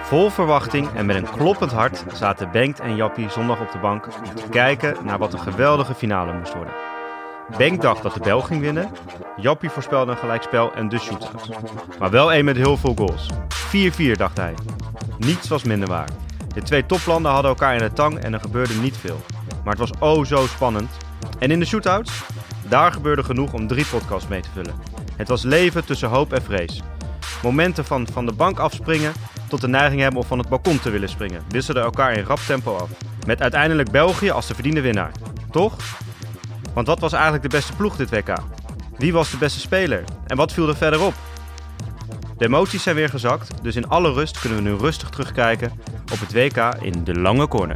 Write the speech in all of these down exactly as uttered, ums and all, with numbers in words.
Vol verwachting en met een kloppend hart zaten Bengt en Jappie zondag op de bank om te kijken naar wat een geweldige finale moest worden. Bengt dacht dat de Belg ging winnen, Jappie voorspelde een gelijkspel en de shootout. Maar wel één met heel veel goals. vier vier dacht hij. Niets was minder waar. De twee toplanden hadden elkaar in de tang en er gebeurde niet veel. Maar het was oh zo spannend. En in de shootouts? Daar gebeurde genoeg om drie podcasts mee te vullen. Het was leven tussen hoop en vrees. Momenten van van de bank afspringen tot de neiging hebben om van het balkon te willen springen, wisselden elkaar in rap tempo af. Met uiteindelijk België als de verdiende winnaar. Toch? Want wat was eigenlijk de beste ploeg dit W K? Wie was de beste speler? En wat viel er verder op? De emoties zijn weer gezakt, dus in alle rust kunnen we nu rustig terugkijken op het W K in de lange corner.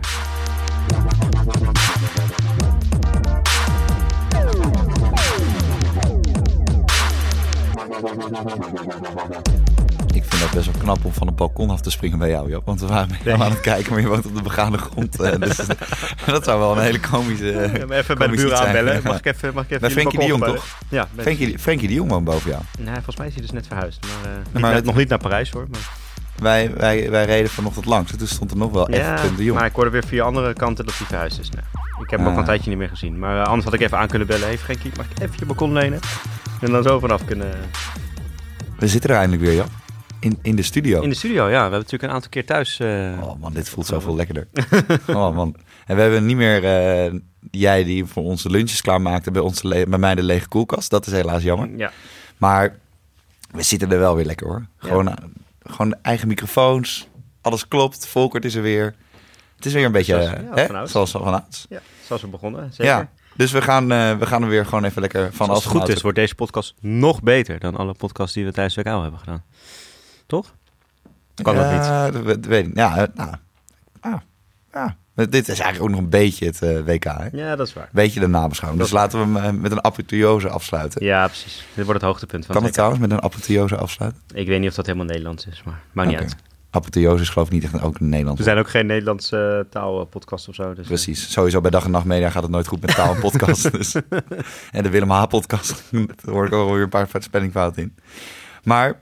Ik vind dat best wel knap om van een balkon af te springen bij jou, Job. Want we waren met jou aan het kijken, maar je woont op de begane grond. Uh, dus dat zou wel een hele komische uh, ja, even bij de buren aanbellen. Mag ik even, mag ik even bij Frenkie de Jong, toch? Ja. Frenkie, Frenkie de Jong woont boven jou. Nee, volgens mij is hij dus net verhuisd. Maar, uh, niet maar net, nog niet naar Parijs, hoor. Maar... Wij, wij, wij reden vanochtend langs. Toen stond er nog wel ja, even de Jong. Maar ik hoorde weer via andere kanten dat hij verhuisd is. Nou, ik heb hem ah. ook al een tijdje niet meer gezien. Maar uh, anders had ik even aan kunnen bellen. Hey Frenkie, mag ik even je balkon lenen? En dan zo vanaf kunnen... We zitten er eindelijk weer, Job. In, in de studio. In de studio, ja. We hebben natuurlijk een aantal keer thuis... Uh... Oh man, dit voelt zoveel lekkerder. Oh man. En we hebben niet meer uh, jij die voor onze lunches klaarmaakte bij, onze le- bij mij de lege koelkast. Dat is helaas jammer. Ja. Maar we zitten er wel weer lekker, hoor. Gewoon, ja. uh, gewoon eigen microfoons. Alles klopt. Volkert is er weer. Het is weer een beetje... Zoals, ja, hè? van Zoals vanouds. Ja, zoals we begonnen, zeker. Ja. Dus we gaan, uh, we gaan er weer gewoon even lekker van af. Als het goed is, wordt deze podcast nog beter dan alle podcasts die we tijdens W K hebben gedaan. Toch? Kan ja, dat niet? Dat weet ik. Ja, nou, ah, ja. Dit is eigenlijk ook nog een beetje het uh, W K, hè? Ja, dat is waar. Beetje de nabeschouwing. Dus laten we hem uh, met een apotheose afsluiten. Ja, precies. Dit wordt het hoogtepunt van kan het het W K. trouwens met een apotheose afsluiten? Ik weet niet of dat helemaal Nederlands is, maar maakt niet okay. uit. Apotheose is geloof ik niet echt ook een Nederlands. We zijn ook geen Nederlandse uh, taalpodcast of zo. Dus, precies. Uh... Sowieso bij Dag en Nacht Media gaat het nooit goed met taal en podcast. Dus. En de Willem H. podcast. Daar hoor ik ook alweer een paar spellingfouten in. Maar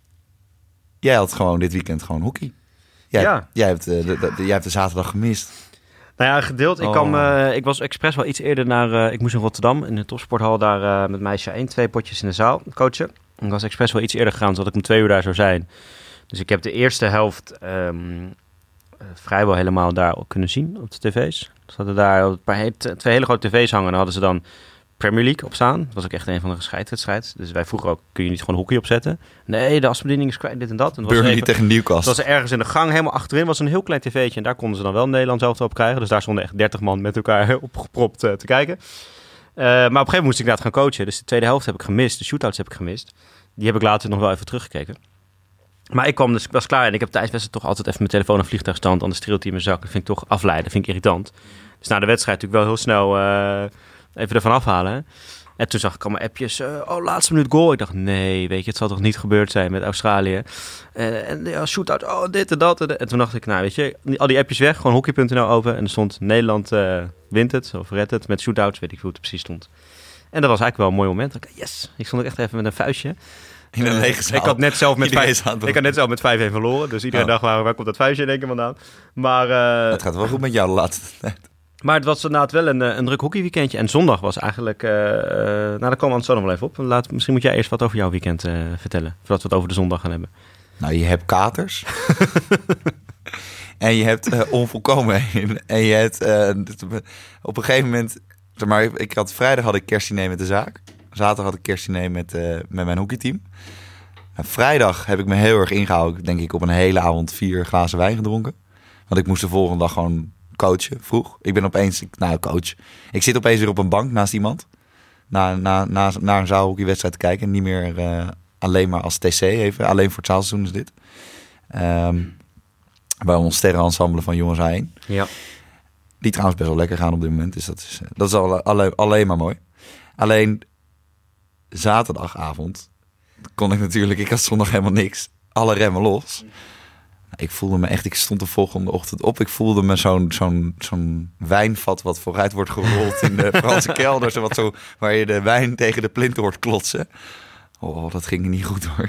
jij had gewoon dit weekend gewoon hockey. Jij, ja. Jij hebt, uh, de, de, de, jij hebt de zaterdag gemist. Nou ja, gedeeld. Ik, oh. kwam, uh, ik was expres wel iets eerder naar... Uh, ik moest in Rotterdam, in de topsporthal, daar uh, met meisje één, twee potjes in de zaal coachen. Ik was expres wel iets eerder gegaan, zodat ik om twee uur daar zou zijn. Dus ik heb de eerste helft um, uh, vrijwel helemaal daar ook kunnen zien op de tv's. Ze hadden daar een paar he- t- twee hele grote tv's hangen. En dan hadden ze dan Premier League op staan. Dat was ook echt een van de gescheidwedstrijden. Dus wij vroegen ook, kun je niet gewoon hockey opzetten? Nee, de asbediening is kwijt, dit en dat. En Burnley even, tegen Newcastle. Dat was er ergens in de gang, helemaal achterin, was een heel klein tv'tje. En daar konden ze dan wel Nederland zelf op krijgen. Dus daar stonden echt dertig man met elkaar opgepropt uh, te kijken. Uh, maar op een gegeven moment moest ik inderdaad gaan coachen. Dus de tweede helft heb ik gemist. De shootouts heb ik gemist. Die heb ik later nog wel even teruggekeken. Maar ik kwam dus, ik was klaar en ik heb tijdens wedstrijd toch altijd even mijn telefoon op vliegtuigstand, anders trilt hij in mijn zak. Dat vind ik toch afleiden, vind ik irritant. Dus na de wedstrijd natuurlijk wel heel snel uh, even ervan afhalen. Hè? En toen zag ik allemaal appjes, uh, oh laatste minuut goal. Ik dacht, nee, weet je, het zal toch niet gebeurd zijn met Australië. Uh, en ja, shootout, oh dit en dat. En toen dacht ik, nou weet je, al die appjes weg, gewoon hockey punt n l open. En er stond Nederland uh, wint het, of redt het, met shootouts, weet ik hoe het precies stond. En dat was eigenlijk wel een mooi moment. Ik, yes, ik stond ook echt even met een vuistje. In een lege zaal. Ik had net zelf met vijf, het ik had net zelf met vijf een verloren. Dus iedereen oh. dacht, waar, waar komt dat vuistje in één keer vandaan? Maar uh, het gaat wel goed met jou de laatste tijd. Maar het was inderdaad wel een, een druk hockeyweekendje. En zondag was eigenlijk... Uh, uh, nou, daar komen we zo nog wel even op. Laat, misschien moet jij eerst wat over jouw weekend uh, vertellen. Voordat we het over de zondag gaan hebben. Nou, je hebt katers. En je hebt uh, onvolkomen. En je hebt uh, op een gegeven moment... Maar ik had, vrijdag had ik kerstdiner met de zaak. Zaterdag had ik kerstdiner met, uh, met mijn hockeyteam. En vrijdag heb ik me heel erg ingehouden. Denk ik op een hele avond vier glazen wijn gedronken. Want ik moest de volgende dag gewoon coachen, vroeg. Ik ben opeens, nou coach. Ik zit opeens weer op een bank naast iemand. Na, na, na, naar een zaalhockeywedstrijd te kijken. Niet meer uh, alleen maar als T C even. Alleen voor het zaalseizoen is dit. Um, bij ons sterrenensemble van Jongens A één. Ja. Die trouwens best wel lekker gaan op dit moment. Dus dat is, dat is al, alleen, alleen maar mooi. Alleen zaterdagavond kon ik natuurlijk... Ik had zondag helemaal niks. Alle remmen los. Ik voelde me echt... Ik stond de volgende ochtend op. Ik voelde me zo'n, zo'n, zo'n wijnvat wat vooruit wordt gerold in de Franse kelder. Zo wat zo, waar je de wijn tegen de plint hoort klotsen. Oh, dat ging niet goed hoor.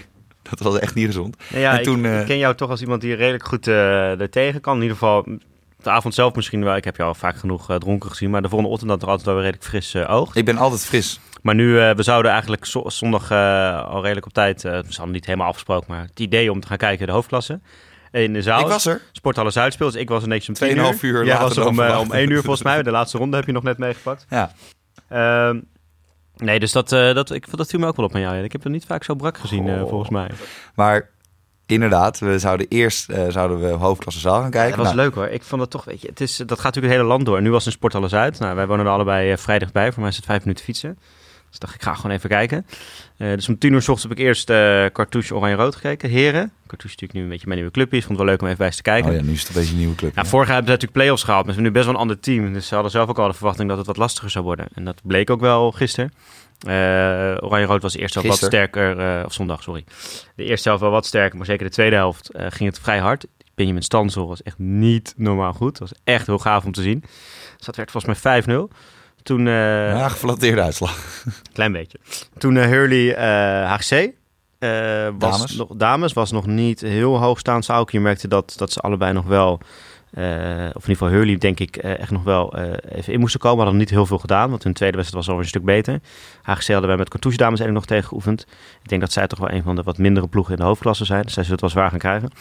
Dat was echt niet gezond. Nou ja, en ik, toen, uh, ik ken jou toch als iemand die redelijk goed uh, er tegen kan. In ieder geval, de avond zelf misschien wel. Ik heb jou al vaak genoeg uh, dronken gezien. Maar de volgende ochtend had er altijd wel weer redelijk fris uh, oogt. Ik ben altijd fris. Maar nu, uh, we zouden eigenlijk zo- zondag uh, al redelijk op tijd... Uh, we hadden niet helemaal afgesproken, maar het idee om te gaan kijken de hoofdklasse. In de zaal. Ik was er. Sporthallen Zuid dus ik was er netjes om tien uur. tweeënhalf uur Jij later was er om, dan uh, om één uur volgens mij. De laatste ronde heb je nog net meegepakt. Ja. Uh, nee, dus dat, uh, dat, ik, dat viel me ook wel op aan jou. Ik heb het niet vaak zo brak gezien, uh, volgens mij. Maar inderdaad, we zouden eerst uh, zouden we hoofdklasse zaal gaan kijken. Ja, dat was nou. leuk hoor. Ik vond het toch, weet je, het is, dat gaat natuurlijk het hele land door. En nu was het in Sporthallen Zuid. Nou, wij wonen er allebei uh, vrij dichtbij. Voor mij is het vijf minuten fietsen. Dus dacht ik, ga gewoon even kijken. Uh, dus om tien uur 's ochtends heb ik eerst uh, Cartouche Oranje-Rood gekeken. Heren. Cartouche is natuurlijk nu een beetje mijn nieuwe clubje. Ik vond het wel leuk om even bij ze te kijken. Oh ja, nu is het een beetje een nieuwe club. Nou, vorig jaar hebben ze natuurlijk play-offs gehaald. Maar ze hebben nu best wel een ander team. Dus ze hadden zelf ook al de verwachting dat het wat lastiger zou worden. En dat bleek ook wel gisteren. Uh, Oranje-Rood was eerst al wat sterker. Uh, of zondag, sorry. De eerste helft wel wat sterker. Maar zeker de tweede helft uh, ging het vrij hard. Benjamin Stansel was echt niet normaal goed. Dat was echt heel gaaf om te zien. Dus dat werd volgens mij vijf nul. Toen, uh, ja, geflatteerde uitslag. Klein beetje. Toen uh, Hurley uh, H C C uh, was dames. Nog, dames was nog niet heel hoog staan. Sauke, je merkte dat, dat ze allebei nog wel, uh, of in ieder geval Hurley denk ik, uh, echt nog wel uh, even in moesten komen. Hadden niet heel veel gedaan, want hun tweede wedstrijd was alweer een stuk beter. H C C hadden wij met Cartouche dames eigenlijk nog tegen geoefend. Ik denk dat zij toch wel een van de wat mindere ploegen in de hoofdklasse zijn. Dus zij zullen het wel zwaar gaan krijgen.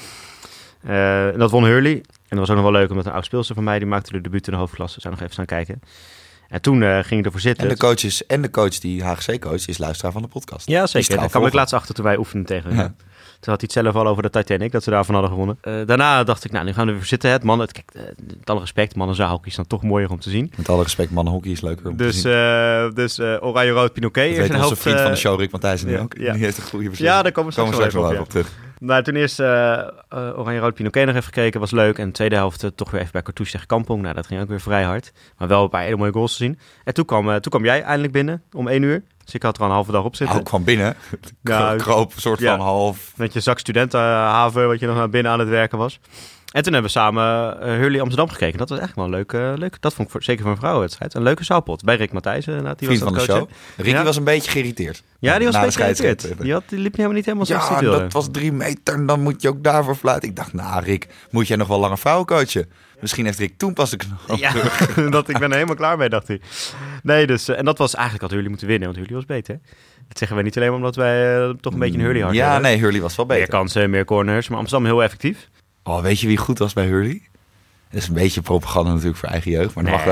Uh, en dat won Hurley. En dat was ook nog wel leuk, omdat een oud speelster van mij, die maakte de debuut in de hoofdklasse. Zijn nog even staan kijken. En toen uh, ging ik ervoor zitten. En de, coaches, en de coach die H G C-coach is luisteraar van de podcast. Ja, zeker. Daar kwam ik laatst achter toen wij oefenden tegen. Ja. Toen had hij het zelf al over de Titanic, dat ze daarvan hadden gewonnen. Uh, daarna dacht ik, nou, nu gaan we weer zitten. Het mannen, kijk, uh, met alle respect, mannenzaal is dan toch mooier om te zien. Met alle respect, mannenhockey is leuker om dus, te zien. Uh, dus uh, Oranje-Rood Pinoquet. Dat weet onze hoofd, vriend uh, van de show, Rick Matthijssen, ja, ook. Ja. Die heeft een goede beslissing. Ja, daar komen we straks, komen we straks wel wel even op, op, op terug. Nou, toen eerst uh, uh, Oranje-Rood Pinoquet nog even gekeken, was leuk. En de tweede helft uh, toch weer even bij Cartouche tegen Kampong. Nou, dat ging ook weer vrij hard. Maar wel een paar hele mooie goals te zien. En toen kwam, uh, toen kwam jij eindelijk binnen om één uur. Dus ik had er al een halve dag op zitten. Nou, ik kwam binnen. Ja, ik kroop een soort ja, van half... Met je zak studentenhaven, wat je nog naar binnen aan het werken was. En toen hebben we samen uh, Hurley Amsterdam gekeken. Dat was echt wel een leuke, leuk. Dat vond ik voor, zeker voor een vrouwenwedstrijd. Een leuke zaalpot. Bij Rick Matthijssen. Nou, die Vriend was van de coach, show. Ricky ja. was een beetje geïrriteerd. Ja, die was een beetje geïrriteerd. Die, had, die liep helemaal niet helemaal zoals ja, die wilde. dat was drie meter en dan moet je ook daarvoor fluiten. Ik dacht, nou Rick, moet jij nog wel langer vrouwen coachen? Misschien heeft Rick toen pas de knop. Ja, dat, ik ben er helemaal klaar mee, dacht hij. Nee, dus, en dat was eigenlijk had Hurley moeten winnen, want Hurley was beter. Dat zeggen wij niet alleen omdat wij uh, toch een beetje een Hurley hard Ja, hebben. nee, Hurley was wel beter. Meer kansen, meer corners, maar Amsterdam heel effectief. Oh, weet je wie goed was bij Hurley? Dat is een beetje propaganda natuurlijk voor eigen jeugd, maar nee. mag wel,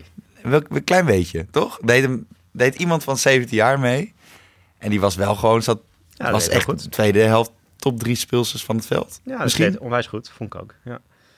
wel een klein beetje, toch? Deed, hem, deed iemand van zeventien jaar mee en die was wel gewoon, zat, ja, was echt goed. De tweede helft top drie speelsters van het veld. Ja, dat deed onwijs goed, vond ik ook, ja.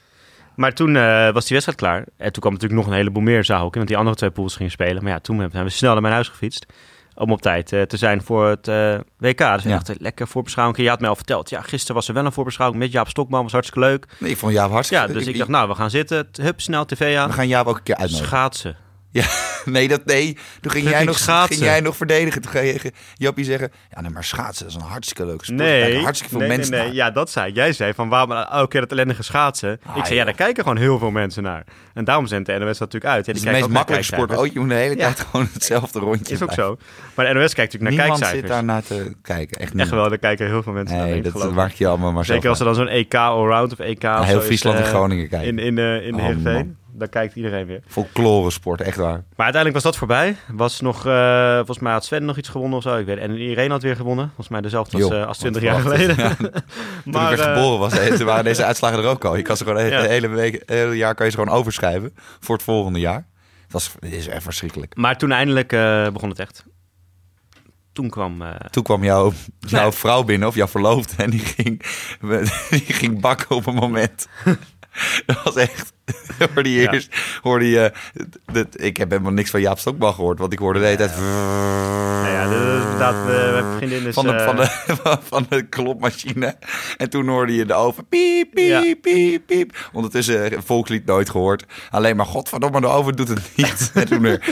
Maar toen uh, was die wedstrijd klaar. En toen kwam natuurlijk nog een heleboel meer zaalhockey, want die andere twee pools gingen spelen. Maar ja, toen zijn we snel naar mijn huis gefietst. Om op tijd uh, te zijn voor het uh, W K. Dus ja. ik dacht, lekker voorbeschouwing. Je had mij al verteld, ja, gisteren was er wel een voorbeschouwing met Jaap Stokman. Was hartstikke leuk. Nee, ik vond Jaap hartstikke leuk. Ja, dus ik, ik dacht, nou, we gaan zitten. Hup, snel tv aan. We gaan Jaap ook een keer uitnodigen. Schaatsen. Ja, nee, dat, nee. Toen ging, jij nog, ging jij nog verdedigen. Toen ging Jappie zeggen, ja, nee, maar schaatsen, dat is een hartstikke leuke sport. Nee, kijken hartstikke veel nee, mensen nee, nee. naar. Ja, dat zei jij. zei van, waarom elke keer dat ellendige schaatsen? Ah, ik zei, ja, daar kijken gewoon heel veel mensen naar. En daarom zendt de N O S dat natuurlijk uit. Ja, die het is de meest makkelijke sport ooit. Je moet de hele tijd ja. gewoon hetzelfde rondje Is ook blijven. zo. Maar de N O S kijkt natuurlijk naar niemand kijkcijfers. Niemand zit daar naar te kijken. Echt, echt wel, daar kijken heel veel mensen nee, naar. Nee, dat maak je allemaal maar zo. Zeker als er dan zo'n E K allround of E K... Ja, heel Friesland en Groningen kijken. In, in, uh, in de oh, Heerenveen. Daar kijkt iedereen weer. Folklore sport, echt waar. Maar uiteindelijk was dat voorbij. Was nog, uh, volgens mij had Sven nog iets gewonnen of zo. Ik weet. En Irene had weer gewonnen. Volgens mij dezelfde als, uh, als twintig jaar geleden. Ja. Toen maar, ik werd uh, geboren was, toen waren deze uitslagen er ook al. Je kan ze gewoon ja. de hele week, het hele jaar kan je ze gewoon overschrijven voor het volgende jaar. Dat is, dat is echt verschrikkelijk. Maar toen eindelijk uh, begon het echt. Toen kwam... Uh... Toen kwam jouw, jouw nee. vrouw binnen, of jouw verloofde, en die ging, die ging bakken op een moment. Dat was echt... hoorde je eerst... Ja. Hoorde je... Dat, ik heb helemaal niks van Jaap Stokman gehoord, want ik hoorde de hele tijd... Nou ja, dat is inderdaad... We vriendin is... Van de, uh... van, de, van de klopmachine. En toen hoorde je de oven... Piep, piep, ja. piep, piep. Ondertussen, volkslied nooit gehoord. Alleen maar, godverdomme, de oven doet het niet. En toen weer...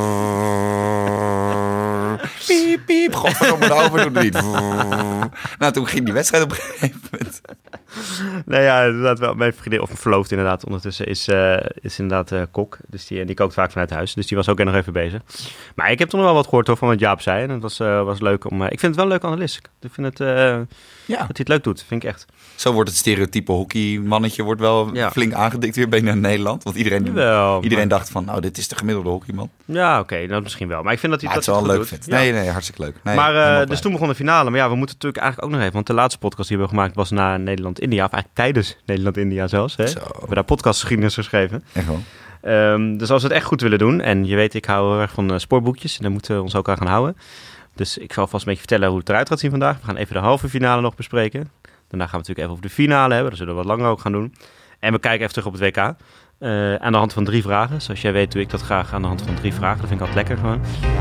Piep, piep. Godverdomme, de oven doet het niet. Nou, toen ging die wedstrijd op een gegeven moment... Nee, ja, inderdaad wel. Mijn vriendin, of mijn verloofd inderdaad, ondertussen is, uh, is inderdaad uh, kok. Dus die, die kookt vaak vanuit huis. Dus die was ook er nog even bezig. Maar ik heb toch nog wel wat gehoord hoor, van wat Jaap zei. En het was, uh, was leuk om... Uh, ik vind het wel een leuke analist. Ik vind het... Uh, ja. Dat hij het leuk doet, vind ik echt. Zo wordt het stereotype hockeymannetje wordt wel ja. flink aangedikt weer binnen Nederland. Want iedereen, wel, iedereen maar... dacht van, nou, dit is de gemiddelde hockeyman. Ja, oké, okay, dat misschien wel. Maar ik vind dat hij ja, dat het wel leuk doet. vindt. Nee, nee, hartstikke leuk. Nee, maar uh, dus toen begon de finale. Maar ja, we moeten natuurlijk eigenlijk ook nog even... Want de laatste podcast die we hebben gemaakt was na Nederland-India. Of eigenlijk tijdens Nederland-India zelfs. Hè? We hebben daar podcastgeschiedenis geschreven. Echt wel. Um, dus als we het echt goed willen doen... En je weet, ik hou heel erg van uh, sportboekjes. En daar moeten we ons ook aan gaan houden. Dus ik zal vast een beetje vertellen hoe het eruit gaat zien vandaag. We gaan even de halve finale nog bespreken. Daarna gaan we natuurlijk even over de finale hebben. Dat zullen we wat langer ook gaan doen. En we kijken even terug op het W K. Uh, aan de hand van drie vragen. Zoals jij weet doe ik dat graag aan de hand van drie vragen. Dat vind ik altijd lekker gewoon.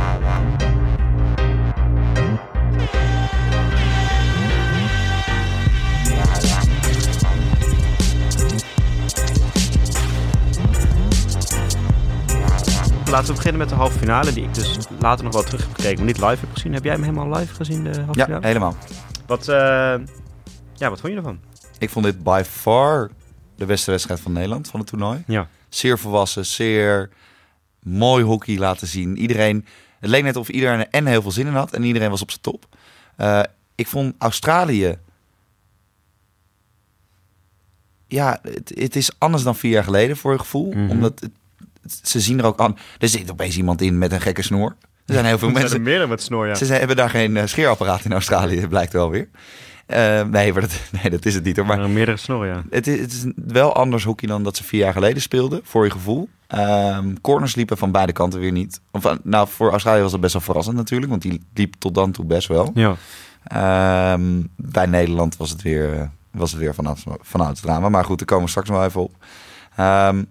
Laten we beginnen met de halve finale, die ik dus later nog wel terug heb gekeken, maar niet live heb gezien. Heb jij hem helemaal live gezien, de halve ja, finale? Ja, helemaal. Wat, uh, ja, wat vond je ervan? Ik vond dit by far de beste wedstrijd van Nederland, van het toernooi. Ja. Zeer volwassen, zeer mooi hockey laten zien. Iedereen, het leek net of iedereen er en heel veel zin in had en iedereen was op zijn top. Uh, ik vond Australië... Ja, het, het is anders dan vier jaar geleden voor je gevoel. Mm-hmm. Omdat het, ze zien er ook aan. Er zit opeens iemand in met een gekke snor. Er zijn heel veel mensen. Er zijn er meerdere met snor, ja. Ze zijn, hebben daar geen uh, scheerapparaat in Australië, blijkt wel weer. Uh, nee, maar dat, nee, dat is het niet hoor. Maar er zijn meerdere snor, ja. Het is, het is wel anders hockey dan dat ze vier jaar geleden speelden, voor je gevoel. Um, corners liepen van beide kanten weer niet. Of, nou, voor Australië was dat best wel verrassend natuurlijk, want die liep tot dan toe best wel. Ja. Um, bij Nederland was het weer, uh, was het weer vanuit, vanuit het drama. Maar goed, daar komen we straks nog even op. Um,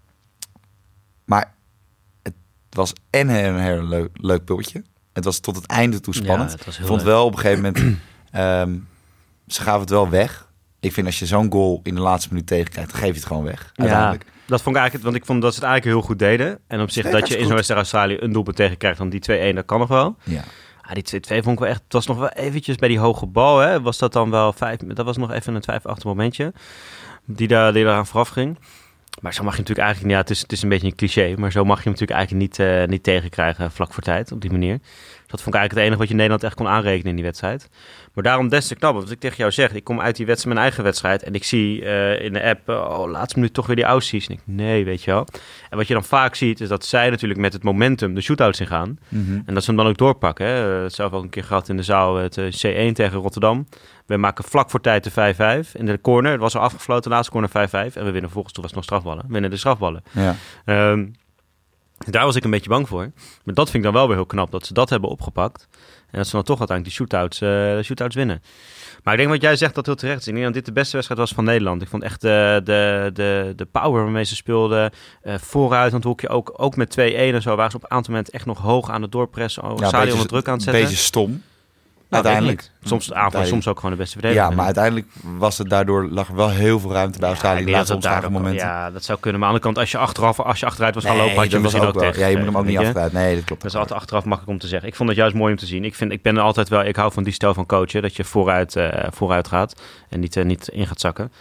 maar het was en een heel leuk, leuk pultje. Het was tot het einde toe spannend. Ja, het was heel Ik vond leuk. wel op een gegeven moment... um, ze gaven het wel weg. Ik vind als je zo'n goal in de laatste minuut tegenkrijgt, dan geef je het gewoon weg. Uiteindelijk. Ja, dat vond ik eigenlijk... Want ik vond dat ze het eigenlijk heel goed deden. En op zich Nee, dat je in zo'n goed. wedstrijd Australië een doelpunt tegenkrijgt, dan die twee-een, dat kan nog wel. Ja. Ah, die twee-twee vond ik wel echt... Het was nog wel eventjes bij die hoge bal, hè. Was dat dan wel vijf... Dat was nog even een twijfelachtig momentje. Die daar die daaraan vooraf ging. Maar zo mag je natuurlijk eigenlijk... Ja, het is, het is een beetje een cliché. Maar zo mag je hem natuurlijk eigenlijk niet, uh, niet tegenkrijgen vlak voor tijd. Op die manier. Dat vond ik eigenlijk het enige wat je in Nederland echt kon aanrekenen in die wedstrijd. Maar daarom des te knapper. Wat ik tegen jou zeg, ik kom uit die wedstrijd, mijn eigen wedstrijd. En ik zie uh, in de app, uh, oh, laatste minuut toch weer die Aussies. En ik, nee, weet je wel. En wat je dan vaak ziet, is dat zij natuurlijk met het momentum de shootouts ingaan. Mm-hmm. En dat ze hem dan ook doorpakken. Hè. Uh, zelf ook een keer gehad in de zaal, het uh, C één tegen Rotterdam. We maken vlak voor tijd de vijf vijf in de corner. Het was al afgefloten, de laatste corner vijf vijf. En we winnen vervolgens, toen was het nog strafballen. We winnen de strafballen. Ja. Um, Daar was ik een beetje bang voor. Maar dat vind ik dan wel weer heel knap, dat ze dat hebben opgepakt. En dat ze dan toch uiteindelijk die shootouts, uh, de shootouts winnen. Maar ik denk wat jij zegt, dat heel terecht is. Ik denk dat dit de beste wedstrijd was van Nederland. Ik vond echt de, de, de, de power waarmee ze speelden. Uh, vooruit aan het hoekje, ook, ook met twee-een en zo. Waren ze op een aantal momenten echt nog hoog aan het doorpressen. Oh, Ja, Sadio onder druk aan het zetten. Een beetje stom. Nou, uiteindelijk. Soms de aanval, soms ook gewoon de beste verdediger. Ja, maar uiteindelijk was het daardoor, lag er wel heel veel ruimte bij Australië. Ja, de laatste omslagen momenten. Ja, dat zou kunnen. Maar aan de andere kant, als je achteraf, als je achteruit was gaan nee, lopen, had je hem misschien ook, ook tegen. Ja, je moet hem ook niet je? achteruit. Nee, dat klopt. Dat is altijd achteraf makkelijk om te zeggen. Ik vond het juist mooi om te zien. Ik, vind, ik ben er altijd wel, ik hou van die stijl van coachen, dat je vooruit, uh, vooruit gaat en niet, uh, niet in gaat zakken.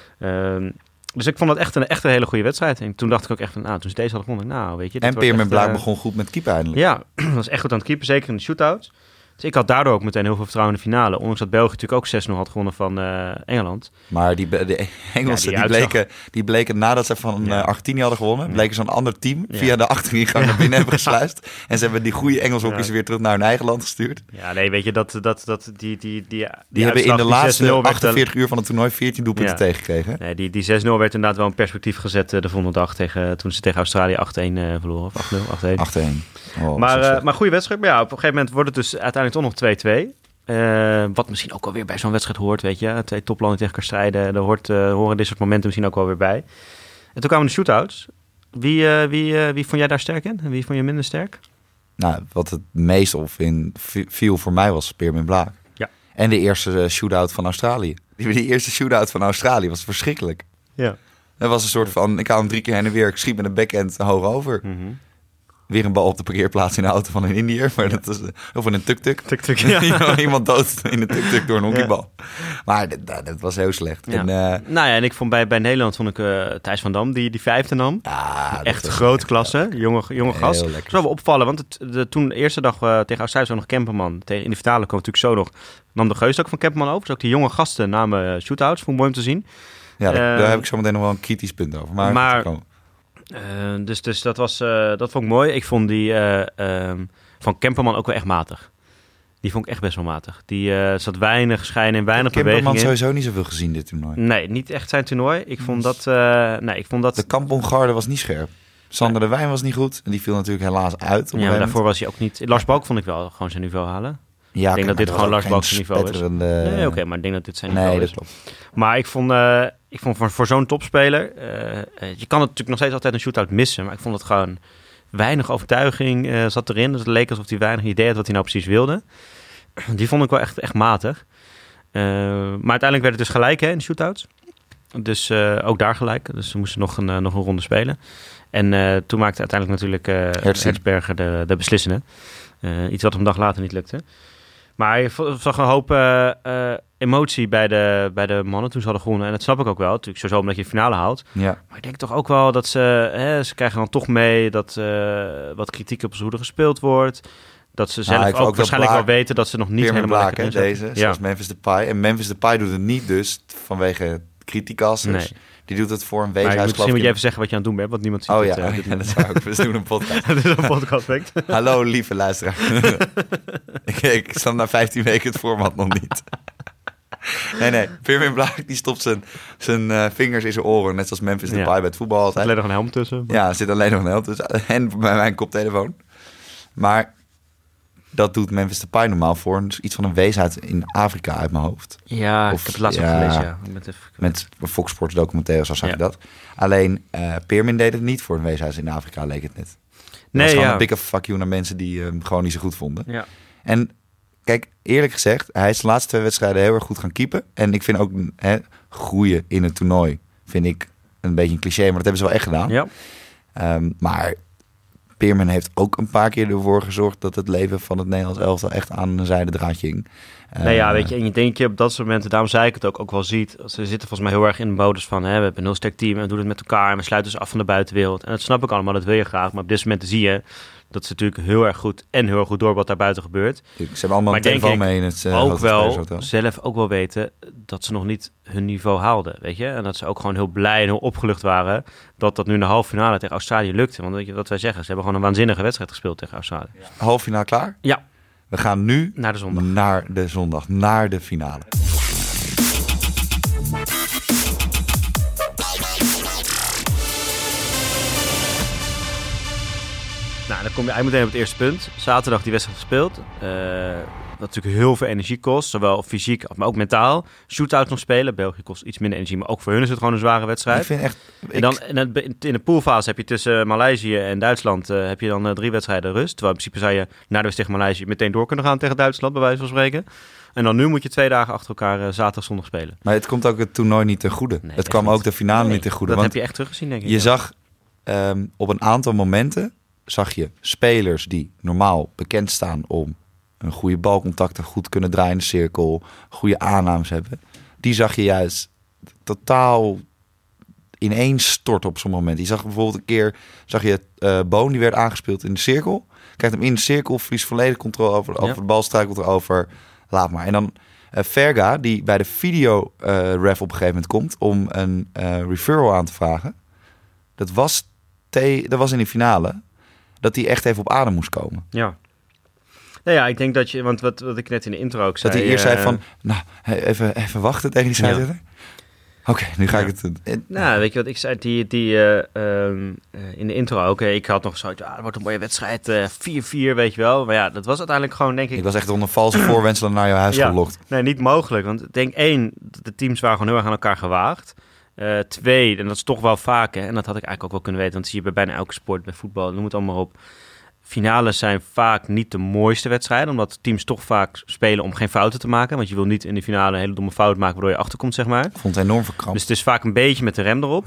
Um, Dus ik vond het echt een, echt een hele goede wedstrijd. En toen dacht ik ook echt van, nou, toen ze deze hadden gewonnen, nou, weet je. En Peerman Blaak uh, begon goed met keeper eindelijk. Ja, was echt goed aan het keeper, zeker in de shootouts. Dus ik had daardoor ook meteen heel veel vertrouwen in de finale. Ondanks dat België natuurlijk ook zes nul had gewonnen van uh, Engeland. Maar die, de Engelsen, ja, die, die, bleken, die bleken nadat ze van ja. uh, Argentinië hadden gewonnen, bleken zo'n ander team ja. via de achteringang naar binnen hebben gesluist. En ze hebben die goede Engelshockey's ja. weer terug naar hun eigen land gestuurd. Ja, nee, weet je, dat, dat, dat, die, die, die, die, die hebben in de laatste achtenveertig uur van het toernooi veertien doelpunten ja. tegengekregen. Nee, die, die zes nul werd inderdaad wel in perspectief gezet uh, de volgende dag tegen, toen ze tegen Australië acht-een uh, verloren. Of acht nul, acht-een. acht-een. Oh, maar, uh, maar goede wedstrijd. Maar ja, op een gegeven moment wordt het dus uiteindelijk toch nog twee-twee. Uh, wat misschien ook wel weer bij zo'n wedstrijd hoort, weet je. Twee toplanden tegen elkaar strijden. Daar hoort, uh, horen dit soort momenten misschien ook wel weer bij. En toen kwamen de shootouts. Wie, uh, wie, uh, wie vond jij daar sterk in? En wie vond je minder sterk? Nou, wat het meest opviel viel voor mij was Peerman Blaak. Ja. En de eerste uh, shootout van Australië. Die, die eerste shootout van Australië was verschrikkelijk. Ja. Dat was een soort van, ik haal hem drie keer heen en weer. Ik schiet met een backhand hoog over. Mm-hmm. weer een bal op de parkeerplaats in de auto van een Indiër. Maar dat is, of in een tuk-tuk. Tuk-tuk, ja. Iemand dood in een tuk-tuk door een hockeybal. Ja. Maar dat, dat was heel slecht. Ja. En, uh, nou ja, en ik vond bij, bij Nederland vond ik uh, Thijs van Dam, die die vijfde nam. Ja, echt groot klasse, jonge, jonge gast. Dat is wel wel opvallen, want het, de, toen de eerste dag uh, tegen Australië was nog Kemperman. Tegen, in de finale kwam natuurlijk zo nog, nam de Geus ook van Kemperman over. Dus ook die jonge gasten namen shootouts, vond ik mooi om te zien. Ja, daar, uh, daar heb ik zo meteen nog wel een kritisch punt over. Maar, maar uh, dus, dus dat, was, uh, dat vond ik mooi. Ik vond die uh, uh, van Kemperman ook wel echt matig. Die vond ik echt best wel matig. Die uh, zat weinig schijn en weinig beweging in. Kemperman sowieso niet zoveel gezien dit toernooi. Nee, niet echt zijn toernooi. Ik vond dat... Uh, nee, ik vond dat... De Kamponggarde was niet scherp. Sander de Wijn was niet goed. En die viel natuurlijk helaas uit. Op ja, maar daarvoor was hij ook niet... Lars Balk vond ik wel gewoon zijn niveau halen. Ja, ik denk dat dit gewoon Lars Balk zijn niveau is. Nee, oké, okay, maar ik denk dat dit zijn nee, niveau dat is. klopt. Maar ik vond, uh, ik vond voor, voor zo'n topspeler... Uh, je kan natuurlijk nog steeds altijd een shootout missen. Maar ik vond het gewoon... Weinig overtuiging uh, zat erin. Dus het leek alsof hij weinig idee had wat hij nou precies wilde. Die vond ik wel echt, echt matig. Uh, maar uiteindelijk werd het dus gelijk hè, in de shootouts. Dus uh, ook daar gelijk. Dus ze moesten nog een, uh, nog een ronde spelen. En uh, toen maakte uiteindelijk natuurlijk uh, Hertzberger de, de beslissende. Uh, iets wat hem een dag later niet lukte. Maar je zag een hoop uh, uh, emotie bij de, bij de mannen toen ze hadden gewonnen. En dat snap ik ook wel. Natuurlijk sowieso omdat je de finale haalt. Ja. Maar ik denk toch ook wel dat ze... Hè, ze krijgen dan toch mee dat uh, wat kritiek op hoe er gespeeld wordt... Dat ze zelf nou, ook, ook waarschijnlijk wel weten dat ze nog niet Peerman helemaal Blaak, lekker hè, deze, ja. Zoals Memphis Depay. En Memphis Depay doet het niet dus vanwege criticasters. Nee. Die doet het voor een weeshuis. Maar misschien moet je even zeggen wat je aan het doen bent, want niemand ziet oh, het. Ja. Uh, oh ja, dat zou ik. We doen een podcast. Dat is een podcast, Hallo lieve luisteraar. ik, ik sta na vijftien weken het format nog niet. Nee, nee. Peerman Blaak die stopt zijn, zijn uh, vingers in zijn oren. Net zoals Memphis Depay ja. bij het voetbal altijd. Er zit alleen nog een helm tussen. Maar... Ja, er zit alleen nog een helm tussen. En bij mijn koptelefoon. Maar dat doet Memphis Depay normaal voor een, iets van een weeshuis in Afrika uit mijn hoofd. Ja, of, ik heb het laatst ja, ook gelezen. Ja. Met, even... met Fox Sports documentaire, zo zag ja. je dat. Alleen, uh, Peerman deed het niet voor een weeshuis in Afrika, leek het net. Dat nee, was gewoon ja. een dikke fuck you naar mensen die hem uh, gewoon niet zo goed vonden. Ja. En kijk, eerlijk gezegd, hij is de laatste twee wedstrijden heel erg goed gaan keepen. En ik vind ook hè, groeien in het toernooi, vind ik een beetje een cliché, maar dat hebben ze wel echt gedaan. Ja. Um, maar Peerman heeft ook een paar keer ervoor gezorgd dat het leven van het Nederlands elftal echt aan een zijde draadje hing. Uh, nou ja, weet je, en je denk je op dat soort momenten, daarom zei ik het ook, ook wel ziet. Ze zitten volgens mij heel erg in de modus van, hè, we hebben een heel sterk team en we doen het met elkaar en we sluiten ze af van de buitenwereld. En dat snap ik allemaal, dat wil je graag. Maar op dit moment zie je dat ze natuurlijk heel erg goed en heel erg goed door wat daar buiten gebeurt. Ze hebben allemaal maar een telefoon mee in het uh, ook wel zelf ook wel weten dat ze nog niet hun niveau haalden, weet je. En dat ze ook gewoon heel blij en heel opgelucht waren dat dat nu in de halve finale tegen Australië lukte. Want weet je wat wij zeggen, ze hebben gewoon een waanzinnige wedstrijd gespeeld tegen Australië. Ja. Halve finale klaar? Ja. We gaan nu naar de zondag. Naar de zondag, naar de finale. Nou, dan kom je eigenlijk meteen op het eerste punt. Zaterdag die wedstrijd gespeeld. Uh, wat natuurlijk heel veel energie kost. Zowel fysiek, maar ook mentaal. Shootout nog spelen. België kost iets minder energie. Maar ook voor hun is het gewoon een zware wedstrijd. Ik vind echt... En dan in de poolfase heb je tussen Maleisië en Duitsland... Uh, heb je dan uh, drie wedstrijden rust. Terwijl in principe zou je na de wedstrijd tegen Maleisië... meteen door kunnen gaan tegen Duitsland, bij wijze van spreken. En dan nu moet je twee dagen achter elkaar uh, zaterdag, zondag spelen. Maar het komt ook het toernooi niet ten goede. Nee, het kwam niet. Ook de finale nee, niet ten goede. Dat want heb je echt teruggezien, denk ik. Je ja. zag um, op een aantal momenten... zag je spelers die normaal bekend staan om een goede balcontacten, goed kunnen draaien in de cirkel, goede aannames hebben. Die zag je juist totaal ineens storten op zo'n moment. Je zag bijvoorbeeld een keer, zag je uh, Boon, die werd aangespeeld in de cirkel. Krijgt hem in de cirkel, verliest volledig controle over, over ja. de bal, struikelt erover, laat maar. En dan uh, Verga, die bij de video uh, ref op een gegeven moment komt om een uh, referral aan te vragen. Dat was, te, dat was in de finale. Dat hij echt even op adem moest komen. Ja. Nou ja, ik denk dat je... Want wat, wat ik net in de intro ook zei... Dat hij eerst uh, zei van... Nou, even, even wachten tegen die scheidsrechter. Ja. Oké, okay, nu ga ja. ik het... Uh, nou, weet je wat ik zei? Die, die, uh, um, uh, in de intro ook. Ik had nog zo... Ja, het wordt een mooie wedstrijd. Uh, vier vier, weet je wel. Maar ja, dat was uiteindelijk gewoon, denk ik... Ik was echt onder valse voorwendselen naar jouw huis ja. gelokt. Nee, niet mogelijk. Want ik denk één, de teams waren gewoon heel erg aan elkaar gewaagd. Uh, twee, en dat is toch wel vaak, hè, en dat had ik eigenlijk ook wel kunnen weten, want dat zie je bij bijna elke sport, bij voetbal, noem het allemaal op. Finales zijn vaak niet de mooiste wedstrijden, omdat teams toch vaak spelen om geen fouten te maken. Want je wil niet in de finale een hele domme fout maken waardoor je achterkomt, zeg maar. Ik vond het enorm verkrampt. Dus het is vaak een beetje met de rem erop. Ja.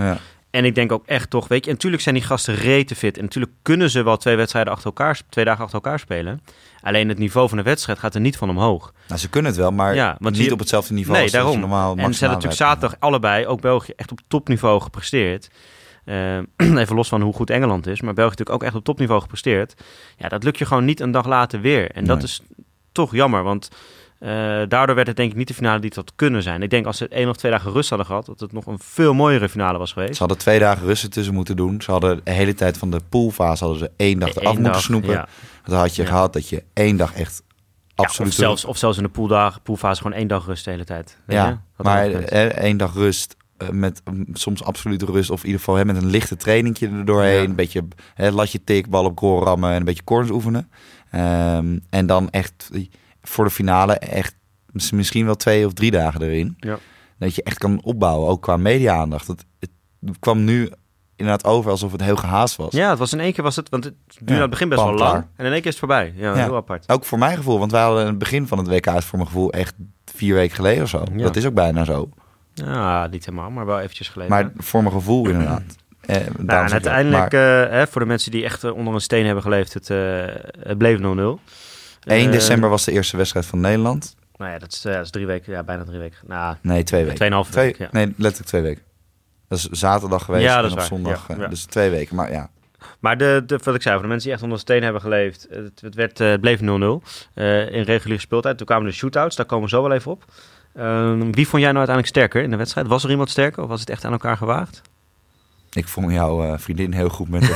En ik denk ook echt toch, weet je, en natuurlijk zijn die gasten rete fit. En natuurlijk kunnen ze wel twee wedstrijden achter elkaar, twee dagen achter elkaar spelen. Alleen het niveau van de wedstrijd gaat er niet van omhoog. Nou, ze kunnen het wel, maar ja, want niet je, op hetzelfde niveau nee, als daarom. Ze normaal en ze hebben natuurlijk zaterdag allebei, ook België, echt op topniveau gepresteerd. Uh, even los van hoe goed Engeland is, maar België natuurlijk ook echt op topniveau gepresteerd. Ja, dat lukt je gewoon niet een dag later weer. En nee. dat is toch jammer, want uh, daardoor werd het denk ik niet de finale die het had kunnen zijn. Ik denk als ze één of twee dagen rust hadden gehad, dat het nog een veel mooiere finale was geweest. Ze hadden twee dagen rust ertussen moeten doen. Ze hadden de hele tijd van de poolfase hadden ze één dag eraf moeten snoepen. Ja. Dan had je ja. gehad dat je één dag echt absoluut... Ja, of, zelfs, of zelfs in de pooldag, poolfase gewoon één dag rust de hele tijd. Weet ja, maar één dag rust... met um, soms absolute rust of in ieder geval hè, met een lichte trainingje er doorheen. Ja. Een beetje hè, latje tik, bal op goal rammen en een beetje corners oefenen. Um, en dan echt voor de finale echt misschien wel twee of drie dagen erin. Ja. Dat je echt kan opbouwen, ook qua media-aandacht. Het, het kwam nu inderdaad over alsof het heel gehaast was. Ja, het was in één keer was het, want het duurde ja, aan het begin best wel lang. Klaar. En in één keer is het voorbij. Ja, ja, heel apart. Ook voor mijn gevoel, want wij hadden het begin van het W K is voor mijn gevoel echt vier weken geleden of zo. Ja. Dat is ook bijna zo. Ja, niet helemaal, maar wel eventjes geleden. Maar voor mijn gevoel inderdaad. Eh, nou, en uiteindelijk, maar... uh, hè, voor de mensen die echt uh, onder een steen hebben geleefd, het, uh, het bleef nul nul. één december was de eerste wedstrijd van Nederland. Nou ja, dat is, uh, dat is drie weken, ja, bijna drie weken. Nou, nee, twee weken. Tweeënhalve twee, week, ja. Nee, letterlijk twee weken. Dat is zaterdag geweest ja, en op zondag. Ja, ja. Dus twee weken, maar ja. Maar de, de, wat ik zei, voor de mensen die echt onder een steen hebben geleefd, het, het, werd, uh, het bleef nul nul uh, in reguliere speeltijd. Toen kwamen de shootouts, daar komen we zo wel even op. Uh, wie vond jij nou uiteindelijk sterker in de wedstrijd? Was er iemand sterker of was het echt aan elkaar gewaagd? Ik vond jouw uh, vriendin heel goed met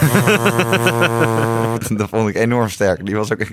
dat vond ik enorm sterk. Die was ook...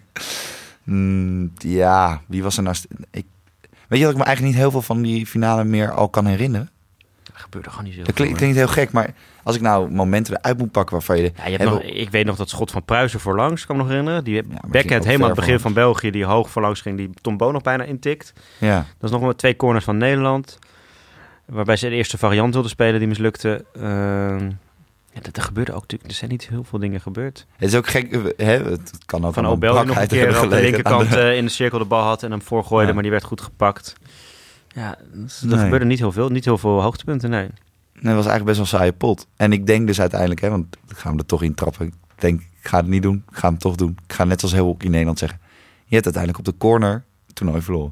Mm, ja, wie was er nou... St- ik... Weet je dat ik me eigenlijk niet heel veel van die finale meer al kan herinneren? Dat gebeurde gewoon niet zo. Dat klinkt, klinkt heel gek, maar als ik nou momenten eruit moet pakken waarvan je... Ja, je hebt nog, ik weet nog dat schot van Pruisen voorlangs, kan ik me nog herinneren. Die ja, backhand helemaal aan het begin van België, die hoog voorlangs ging, die Tom Bo nog bijna intikt. Ja. Dat is nog maar twee corners van Nederland, waarbij ze de eerste variant wilden spelen, die mislukte. Uh, ja, dat, dat gebeurde ook natuurlijk. Er zijn niet heel veel dingen gebeurd. Het is ook gek, hè? Het kan ook van Obel nog een keer op de linkerkant de... Uh, in de cirkel de bal had en hem voorgooide, ja. maar die werd goed gepakt. Ja, dat, er nee. gebeurde niet heel veel. Niet heel veel hoogtepunten, nee. Nee, het was eigenlijk best wel een saaie pot. En ik denk dus uiteindelijk, hè, want ik ga hem er toch in trappen. Ik denk, ik ga het niet doen. Ik ga hem toch doen. Ik ga net als heel hockey in Nederland zeggen. Je hebt uiteindelijk op de corner het toernooi verloren.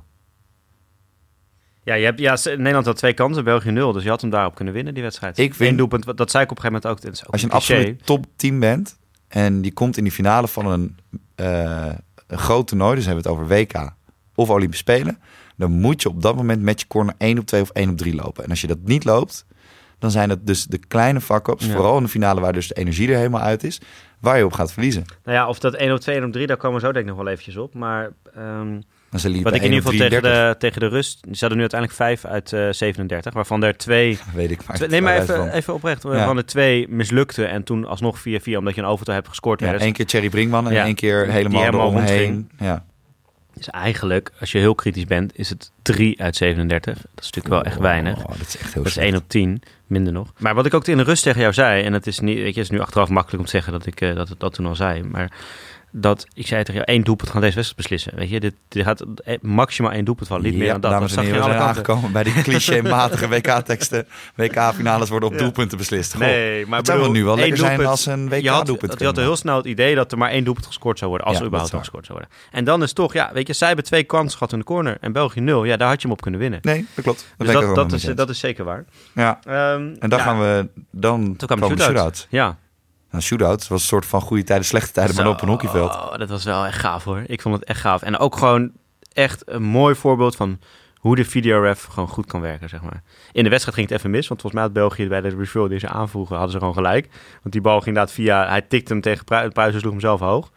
Ja, je hebt, ja, Nederland had twee kansen, België nul. Dus je had hem daarop kunnen winnen, die wedstrijd. Ik vind, Eén doelpunt, dat zei ik op een gegeven moment ook. ook als je een absoluut topteam bent en die komt in die finale van een, uh, een groot toernooi, dus hebben we het over W K of Olympische Spelen, dan moet je op dat moment met je corner één op twee of één op drie lopen. En als je dat niet loopt, dan zijn het dus de kleine fuck-ups, ja. vooral in de finale waar dus de energie er helemaal uit is, waar je op gaat verliezen. Nou ja, of dat één op twee, één op drie, daar komen we zo denk ik nog wel eventjes op. Maar um, wat ik in ieder geval tegen de, tegen de rust, die hadden nu uiteindelijk vijf uit uh, zevenendertig, waarvan er twee... Weet ik maar. Twee, nee, maar even, even oprecht, ja. waarvan er twee mislukten en toen alsnog vier vier, omdat je een overtal hebt gescoord. Ja, één keer Thierry Brinkman en ja. één keer helemaal, helemaal eromheen. Ja. Dus eigenlijk, als je heel kritisch bent, is het drie uit zevenendertig. Dat is natuurlijk wel echt weinig. Oh, dat is echt heel dat is één op tien, minder nog. Maar wat ik ook in de rust tegen jou zei, en het is, niet, weet je, het is nu achteraf makkelijk om te zeggen dat ik uh, dat, dat toen al zei, maar dat ik zei tegen jou, één doelpunt gaan deze wedstrijd beslissen. Weet je, dit, dit gaat maximaal één doelpunt van, niet ja, meer dan dat. Dames en heren, we zijn aangekomen bij die clichématige W K-teksten. W K-finales worden op ja. doelpunten beslist. Goh, nee, maar het zou wel nu wel lekker doelpunt, zijn als een W K-doelpunt. Je had er heel snel het idee dat er maar één doelpunt gescoord zou worden, als ja, er überhaupt gescoord zou worden. En dan is toch, ja, weet je, zij hebben twee kansen gehad in de corner en België nul. Ja, daar had je hem op kunnen winnen. Nee, dat klopt. Dat, dus dat, dat, is, dat is zeker waar. Ja, um, en dan ja. gaan we, dan Toen kwamen de shootouts. Ja. Een shootout was een soort van goede tijden, slechte tijden, Zo, maar op een hockeyveld. Oh, dat was wel echt gaaf hoor. Ik vond het echt gaaf. En ook gewoon echt een mooi voorbeeld van hoe de videoref gewoon goed kan werken, zeg maar. In de wedstrijd ging het even mis, want volgens mij had België bij de referral die ze aanvoegen, hadden ze gewoon gelijk. Want die bal ging inderdaad via, hij tikte hem tegen Pruisen, Pruisen sloeg hem zelf hoog.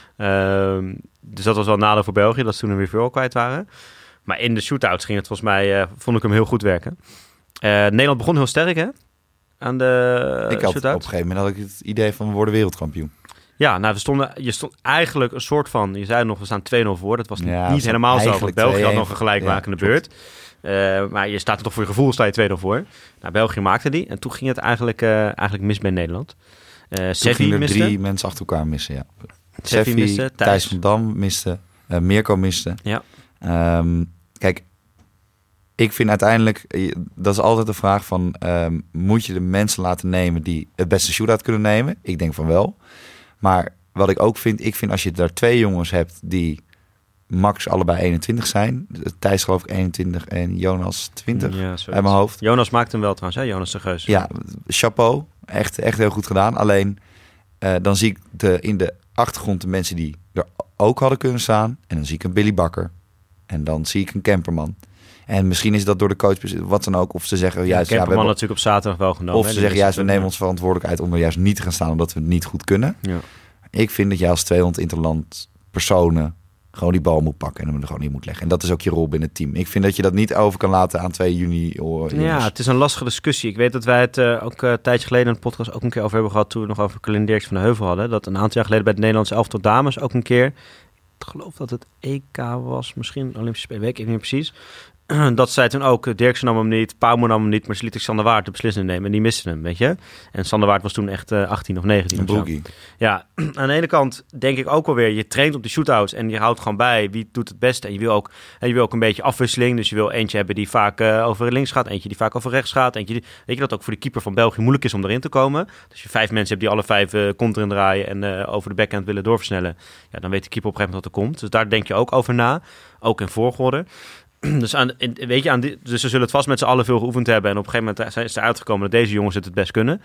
Um, dus dat was wel een nadeel voor België, dat ze toen een referral kwijt waren. Maar in de shootouts ging het volgens mij, uh, vond ik hem heel goed werken. Uh, Nederland begon heel sterk, hè? Aan de ik had op een gegeven moment had ik het idee van we worden wereldkampioen. Ja, nou we stonden, je stond eigenlijk een soort van, je zei nog we staan twee nul voor, dat was ja, niet helemaal zo, want België had nog een gelijkmakende ja, beurt. Uh, maar je staat er toch voor je gevoel sta je twee nul voor. Nou, België maakte die en toen ging het eigenlijk, uh, eigenlijk mis bij Nederland. Uh, Seffi er miste. Drie mensen achter elkaar missen, ja. Seffi miste, Thijs. Thijs van Dam miste, uh, Mirko miste. Ja. Um, kijk, ik vind uiteindelijk, dat is altijd de vraag van, um, moet je de mensen laten nemen die het beste shootout kunnen nemen? Ik denk van wel. Maar wat ik ook vind, ik vind als je daar twee jongens hebt die max allebei eenentwintig zijn. Thijs geloof ik eenentwintig en Jonas twintig Ja, uit mijn hoofd. Jonas maakt hem wel trouwens, hè? Jonas de Geus. Ja, chapeau. Echt, echt heel goed gedaan. Alleen, uh, dan zie ik de, in de achtergrond de mensen die er ook hadden kunnen staan. En dan zie ik een Billy Bakker. En dan zie ik een Kemperman. En misschien is dat door de coach, wat dan ook. Of ze zeggen Ja, juist... Kemperman ja, we hebben, natuurlijk op zaterdag wel genomen. Of ze zeggen juist, we nemen ons verantwoordelijkheid om er juist niet te gaan staan, omdat we het niet goed kunnen. Ja. Ik vind dat je als tweehonderd interland personen gewoon die bal moet pakken en hem er gewoon in moet leggen. En dat is ook je rol binnen het team. Ik vind dat je dat niet over kan laten aan twee junioren. Ja, het is een lastige discussie. Ik weet dat wij het uh, ook uh, een tijdje geleden in de podcast ook een keer over hebben gehad, toen we nog over Colin Dirks van de Heuvel hadden. Dat een aantal jaar geleden bij het Nederlandse elftal dames ook een keer, ik geloof dat het E K was, misschien Olympische Spelen, weet ik niet meer precies. Dat zei toen ook, Dirksen nam hem niet, Pauwme nam hem niet, maar ze liet Sander Waard de beslissing nemen en die miste hem, weet je. En Sander Waard was toen echt uh, achttien of negentien. Een broekie. Ja, aan de ene kant denk ik ook alweer, je traint op de shootouts en je houdt gewoon bij wie doet het beste. En je wil ook, en je wil ook een beetje afwisseling, dus je wil eentje hebben die vaak uh, over links gaat, eentje die vaak over rechts gaat. Eentje die, weet je dat ook voor de keeper van België moeilijk is om erin te komen. Dus je vijf mensen hebt die alle vijf uh, counter draaien en uh, over de backhand willen doorversnellen. Ja, dan weet de keeper op een gegeven moment wat er komt. Dus daar denk je ook over na, ook in volgorde. Dus, aan, weet je, aan die, dus ze zullen het vast met z'n allen veel geoefend hebben. En op een gegeven moment zijn ze eruit gekomen dat deze jongens het het best kunnen.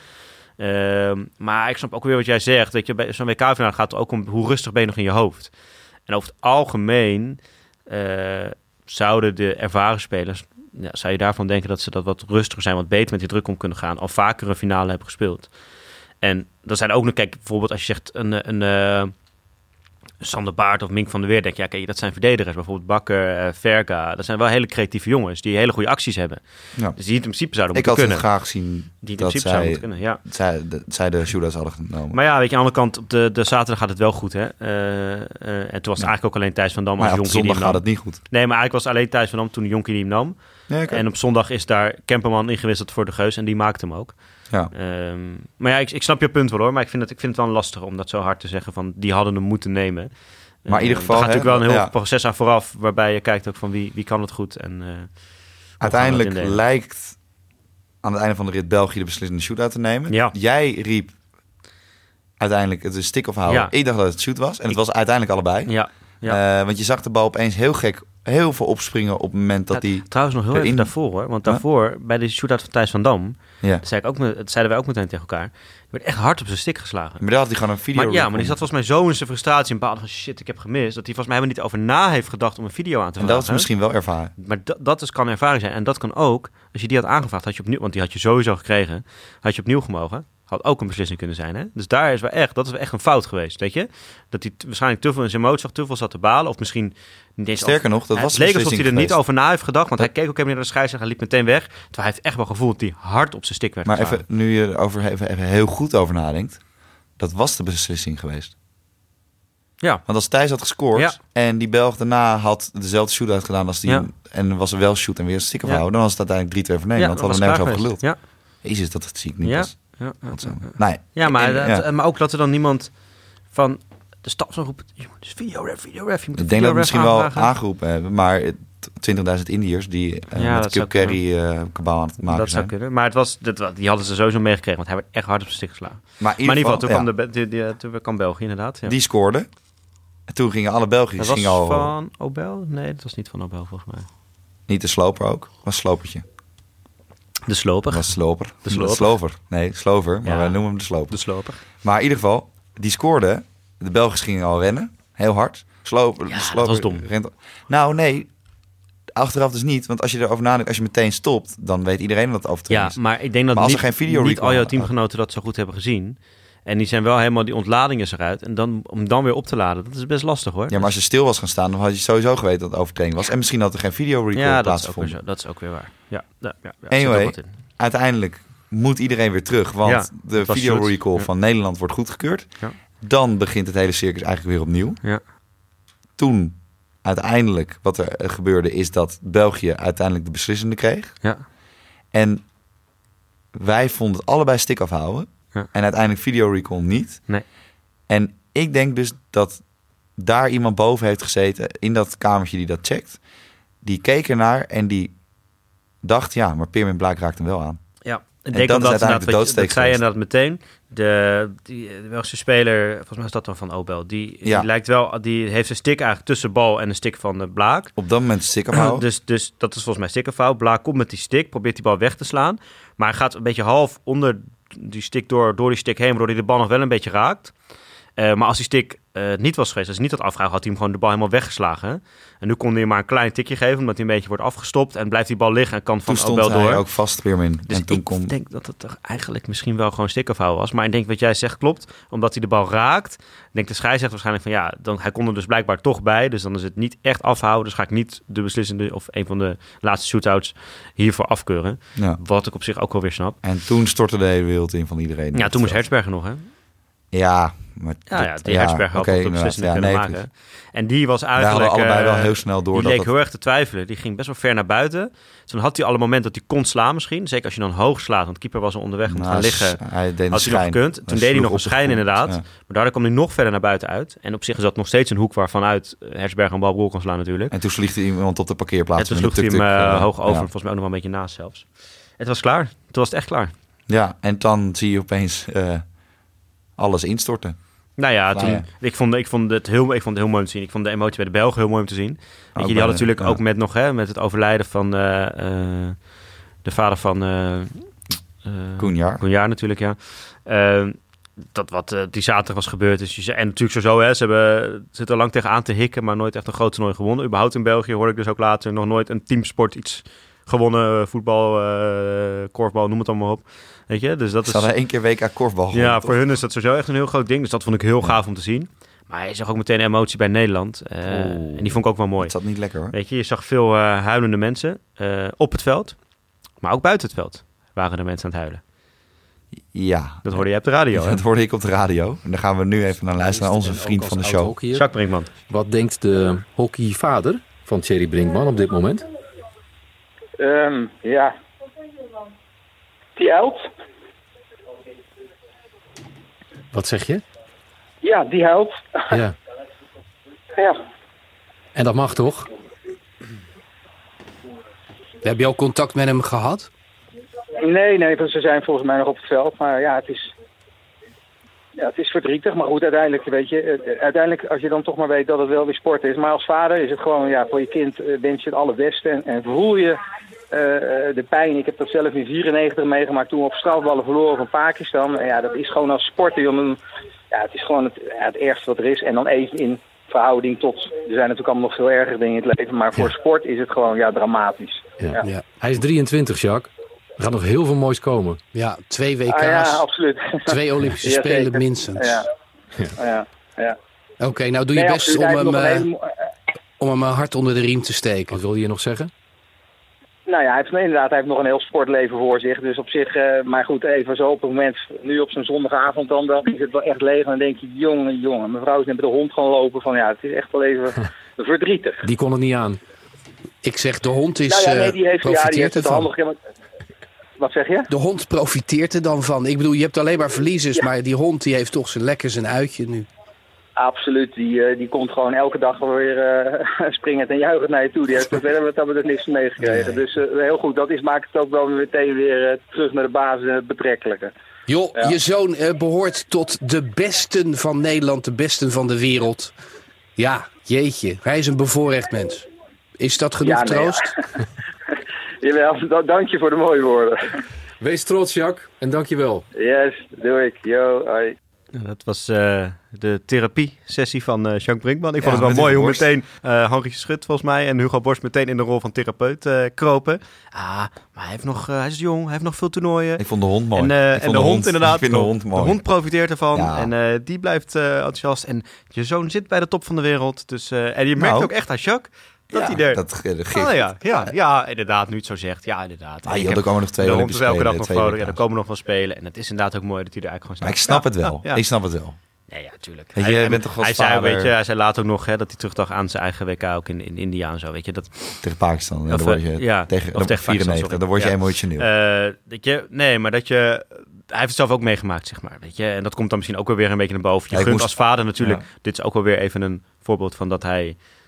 Uh, maar ik snap ook weer wat jij zegt. Weet je, bij zo'n W K-finale gaat het ook om hoe rustig ben je nog in je hoofd. En over het algemeen uh, zouden de ervaren spelers... Ja, zou je daarvan denken dat ze dat wat rustiger zijn, wat beter met die druk om kunnen gaan, al vaker een finale hebben gespeeld. En dan zijn er ook nog, kijk, bijvoorbeeld als je zegt een... een uh, Sander Baart of Mink van der Weer, denk je, ja, kijk, dat zijn verdedigers. Bijvoorbeeld Bakker, uh, Verga. Dat zijn wel hele creatieve jongens die hele goede acties hebben. Ja. Dus die in principe zouden ik moeten kunnen. Ik had graag zien die dat zij, zij, kunnen, ja. zij, de, zij de shootouts hadden genomen. Maar ja, weet je, aan de andere kant, op de, de zaterdag gaat het wel goed, hè. Uh, uh, en toen was het ja. eigenlijk ook alleen Thijs van Dam. Maar als ja, op zondag gaat het niet goed. Nee, maar eigenlijk was het alleen Thijs van Dam toen Jonkie die hem nam. Ja, en op zondag is daar Kemperman ingewisseld voor de Geus en die maakte hem ook. Ja. Um, maar ja, ik, ik snap je punt wel hoor, maar ik vind het, ik vind het wel lastig om dat zo hard te zeggen van die hadden hem moeten nemen. Maar in ieder geval... Er gaat natuurlijk wel een heel ja. proces aan vooraf, waarbij je kijkt ook van wie, wie kan het goed. En, uh, uiteindelijk lijkt aan het einde van de rit België de beslissende shootout te nemen. Ja. Jij riep uiteindelijk het een stick of houden. Ja. Ik dacht dat het shoot was en het was uiteindelijk allebei. Ja. Ja. Uh, want je zag de bal opeens heel gek, heel veel opspringen op het moment dat hij... Ja, trouwens nog heel erin... even daarvoor hoor. Want daarvoor, huh? bij de shootout van Thijs van Dam, ja. dat, zei ik ook met, dat zeiden wij ook meteen tegen elkaar, die werd echt hard op zijn stick geslagen. Maar daar had hij gewoon een video... Maar, ja, maar die zat volgens mij zo in zijn frustratie en bepaalde van shit, ik heb gemist, dat hij volgens mij helemaal niet over na heeft gedacht om een video aan te vragen. En dat is misschien wel ervaren. Maar dat, dat is, kan ervaring zijn. En dat kan ook, als je die had aangevraagd, had je opnieuw, want die had je sowieso gekregen, had je opnieuw gemogen. Had ook een beslissing kunnen zijn. Hè? Dus daar is wel echt, dat is wel echt een fout geweest, weet je? Dat hij t- waarschijnlijk te veel in zijn emotie zag, te veel zat te balen. Of misschien niet eens... Sterker nog, dat hij, was het leek alsof hij er geweest. niet over na heeft gedacht. Want dat... hij keek ook even naar de scheidsrechter en liep meteen weg. Terwijl hij heeft echt wel gevoeld dat hij hard op zijn stick werd Maar geslagen. even, nu je er over even, even heel goed over nadenkt. Dat was de beslissing geweest. Ja. Want als Thijs had gescoord ja. en die Belg daarna had dezelfde shootout gedaan als die... Ja. En was er wel shoot en weer een stick of ja. houden, dan was het uiteindelijk drie twee voor Nederland. Ja, hadden we nergens over geluld. Ja. Jezus, dat het zie ik niet ja. was. Ja, ja, ja. Nee. ja, maar, en, dat, ja. maar ook dat er dan niemand van de staf zo roept, dus videoref, videoref. Je moet ik denk dat we misschien aanvragen. wel aangeroepen hebben, maar twintigduizend Indiërs die uh, ja, met Kip Carry uh, kabaal aan het maken dat zijn. Dat zou kunnen, maar het was, dat, die hadden ze sowieso meegekregen, want hij werd echt hard op zijn stick geslagen. Maar in ieder geval, geval, toen, ja. kwam de, die, die, toen kwam België inderdaad. Ja. Die scoorde. En toen gingen alle Belgiërs... Dat was gingen al, van Obel? Nee, dat was niet van Obel volgens mij. Niet de sloper ook, was slopertje. De sloper. Was sloper. De sloper. De slover. Nee, slover, maar ja. wij noemen hem de sloper. De sloper. Maar in ieder geval, die scoorde. De Belgen gingen al rennen. Heel hard. Sloper. Ja, de sloper dat was dom. Rent, nou, nee. Achteraf dus niet. Want als je erover nadenkt, als je meteen stopt, dan weet iedereen dat het overtreding is. Ja, maar ik denk dat maar als niet, er geen video niet al jouw teamgenoten dat zo goed hebben gezien. En die zijn wel helemaal, die ontlading is eruit. En dan, om dan weer op te laden, dat is best lastig hoor. Ja, maar als je stil was gaan staan, dan had je sowieso geweten dat het overtreding was. En misschien had er geen video record ja, plaatsgevonden. Ja, dat is ook weer waar. Ja, ja, ja, ja, anyway, uiteindelijk moet iedereen weer terug. Want ja, de video goed. recall ja. van Nederland wordt goedgekeurd. Ja. Dan begint het hele circus eigenlijk weer opnieuw. Ja. Toen, uiteindelijk, wat er gebeurde, is dat België uiteindelijk de beslissende kreeg. Ja. En wij vonden het allebei stick afhouden. Ja. En uiteindelijk video recall niet. Nee. En ik denk dus dat daar iemand boven heeft gezeten, in dat kamertje die dat checkt. Die keek ernaar en die dacht, ja, maar Pirmin Blaak raakt hem wel aan. Ja, ik En denk dat omdat is uiteindelijk de dat, doodsteek dat zei je geweest. inderdaad meteen. De, die, de Belgische speler, volgens mij is dat dan van Obel, die, Ja. die lijkt wel, die heeft zijn stick eigenlijk tussen bal en een stick van de Blaak. Op dat moment stick afhouden. Dus, dus dat is volgens mij stickerfout. Blaak komt met die stick, probeert die bal weg te slaan. Maar hij gaat een beetje half onder die stick door, door die stick heen, waardoor hij de bal nog wel een beetje raakt. Uh, maar als die stick uh, niet was geweest, als hij niet had afgehouden, had hij hem gewoon de bal helemaal weggeslagen. Hè? En nu kon hij maar een klein tikje geven, omdat hij een beetje wordt afgestopt. En blijft die bal liggen en kan van Toen stond Obel hij door. ook vast, Pirmin. Dus en toen ik kon... denk dat het toch eigenlijk misschien wel gewoon stikafhouden was. Maar ik denk wat jij zegt klopt. Omdat hij de bal raakt. Ik denk de scheidsrechter waarschijnlijk van ja, dan, hij kon er dus blijkbaar toch bij. Dus dan is het niet echt afhouden. Dus ga ik niet de beslissende of een van de laatste shootouts hiervoor afkeuren. Ja. Wat ik op zich ook wel weer snap. En toen stortte de hele wereld in van iedereen. Ja, toen moest Hertzberger nog hè. Ja, maar Ja, dat, ja die ja, Hertzberger had oké, ook de inderdaad. beslissing Ja, kunnen nee, maken. precies. En die was Wij eigenlijk... hadden allebei uh, wel heel snel door Die dat leek dat... heel erg te twijfelen. Die ging best wel ver naar buiten. Toen had hij al een moment dat hij kon slaan misschien. Zeker als je dan hoog slaat. Want de keeper was al onderweg om te Nou, gaan liggen. Hij deed een Had hij nog schijn. gekund. Toen Hij deed hij sloeg nog een op de schijn grond, inderdaad. ja. Maar daardoor kwam hij nog verder naar buiten uit. En op zich is dat nog steeds een hoek waarvan uit Hertzberger een bal op goal kan slaan natuurlijk. En toen vliegt er iemand op de parkeerplaats. En toen met sloeg een hij hem tuk-tuk, uh, uh, hoog over. ja. Volgens mij ook nog wel een beetje naast zelfs. Het was klaar. Toen was het echt klaar. Ja, en dan zie je opeens uh, alles instorten. Nou ja, Nou toen, ja. Ik, vond, ik, vond het heel, ik vond het heel mooi om te zien. Ik vond de emotie bij de Belgen heel mooi om te zien. Weet je, die bij had de- natuurlijk ja. ook met, nog, hè, met het overlijden van uh, uh, de vader van uh, uh, Koen Jaar. Koen Jaar natuurlijk, ja. Uh, dat wat uh, die zaterdag was gebeurd. Dus je, en natuurlijk sowieso, hè, ze hebben, zitten er lang tegenaan te hikken, maar nooit echt een groot toernooi gewonnen. Überhaupt in België hoorde ik dus ook later nog nooit een teamsport iets gewonnen. Voetbal, uh, korfbal, noem het allemaal op. Weet je, dus dat Ze is... hadden één keer W K korfbal gewonnen, Ja, toch? voor hun is dat sowieso echt een heel groot ding. Dus dat vond ik heel gaaf om te zien. Maar je zag ook meteen emotie bij Nederland. Uh, en die vond ik ook wel mooi. Het zat niet lekker, hoor. Weet je, je zag veel uh, huilende mensen uh, op het veld. Maar ook buiten het veld waren er mensen aan het huilen. Ja. Dat hoorde je op de radio, Ja, hè? dat hoorde ik op de radio. En daar gaan we nu even naar luisteren, naar onze vriend van de show. Jacques Brinkman. Wat denkt de hockeyvader van Thierry Brinkman op dit moment? Um, ja. Die huilt. Wat zeg je? Ja, die huilt. Ja. Ja. En dat mag toch? Heb je al contact met hem gehad? Nee, nee, want ze zijn volgens mij nog op het veld. Maar ja, het is... Ja, het is verdrietig. Maar goed, uiteindelijk, weet je... Uiteindelijk, als je dan toch maar weet dat het wel weer sport is. Maar als vader is het gewoon, ja, voor je kind uh, wens je het allerbeste. En, en voel je uh, de pijn. Ik heb dat zelf in vierennegentig meegemaakt toen we op strafballen verloren van Pakistan. En ja, dat is gewoon als sporter, jongen. Ja, het is gewoon het, ja, het ergste wat er is. En dan even in verhouding tot... Er zijn natuurlijk allemaal nog veel erger dingen in het leven. Maar voor Ja. sport is het gewoon, ja, dramatisch. Ja. Ja. Ja, Hij is drieëntwintig, Jacques. Er gaat nog heel veel moois komen. ja twee W K's, Ah, ja, absoluut. twee Olympische Ja, Spelen zeker. minstens. Ja, ja, ja. Oké, nou doe je Nee, best absoluut. om Hij heeft hem, nog een eh, hele mo- om hem een hart onder de riem te steken. Wat wil je nog zeggen? Nou ja, hij heeft inderdaad hij heeft nog een heel sportleven voor zich. Dus op zich, uh, maar goed, even zo op het moment, nu op zo'n zondagavond dan, dan is het wel echt leeg. En dan denk je, jongen, jongen, mevrouw is net met de hond gaan lopen. Van ja, het is echt wel even verdrietig. Die kon het niet aan. Ik zeg, de hond is, Nou ja, nee, eh, die heeft, ja, die profiteert heeft het ervan. handig. Ja, wat zeg je? De hond profiteert er dan van. Ik bedoel, je hebt alleen maar verliezers, maar die hond die heeft toch zijn lekker zijn uitje nu. Absoluut, die, uh, die komt gewoon elke dag weer uh, springend en juichend naar je toe. Die heeft er verder hebben we het niks van meegekregen. Nee. Dus uh, heel goed, dat is, maakt het ook wel meteen weer uh, terug naar de basis en het betrekkelijke. Joh, Ja. je zoon eh, behoort tot de besten van Nederland, de besten van de wereld. Ja, jeetje, hij is een bevoorrecht mens. Is dat genoeg Ja, nee, troost? Jawel, da- dank je voor de mooie woorden. Wees trots, Jacques. En dank je wel. Yes, doe ik. Yo, hoi. Ja, dat was uh, de therapie-sessie van uh, Jacques Brinkman. Ik Ja, vond het wel met mooi Hugo hoe Borst. meteen uh, Henri Schut volgens mij en Hugo Borst meteen in de rol van therapeut uh, kropen. Ah, maar hij, heeft nog, uh, hij is jong, hij heeft nog veel toernooien. Ik vond de hond mooi. En, uh, Ik en vond de, hond inderdaad. Ik vind de hond mooi. De hond profiteert ervan Ja. en uh, die blijft uh, enthousiast. En je zoon zit bij de top van de wereld. Dus, uh, en je merkt Nou. ook echt aan Jacques dat Ja, hij er... dat ge- de gif. Oh, ja, ja, ja, inderdaad, nu het zo zegt. Ja, inderdaad. Ah, Ik joh, heb- er komen nog twee de hond Olympische is elke dag Spelen, nog twee vrolijk. Ja, W er K's. komen nog wel spelen. En het is inderdaad ook mooi dat hij er eigenlijk gewoon Maar ik staat. snap het Ja, wel. ja. Ik snap het wel. Nee, ja, tuurlijk. Weet je, hij, je bent toch als hij, zei, vader- weet je, hij zei later ook nog hè, dat hij terugdacht aan zijn eigen W K ook in, in India en zo. Weet je, dat, Tegen Pakistan. Ja, Of, dan word je uh, ja, tegen, of dan tegen Pakistan, vierennegentig. sorry. Dan word je Ja. emotioneel. uh, dat je, nee, maar dat je... Hij heeft het zelf ook meegemaakt, zeg maar. Weet je? En dat komt dan misschien ook wel weer een beetje naar boven. Je Ja, ik gunt moest- als vader natuurlijk... Ja. Dit is ook wel weer even een voorbeeld van dat hij...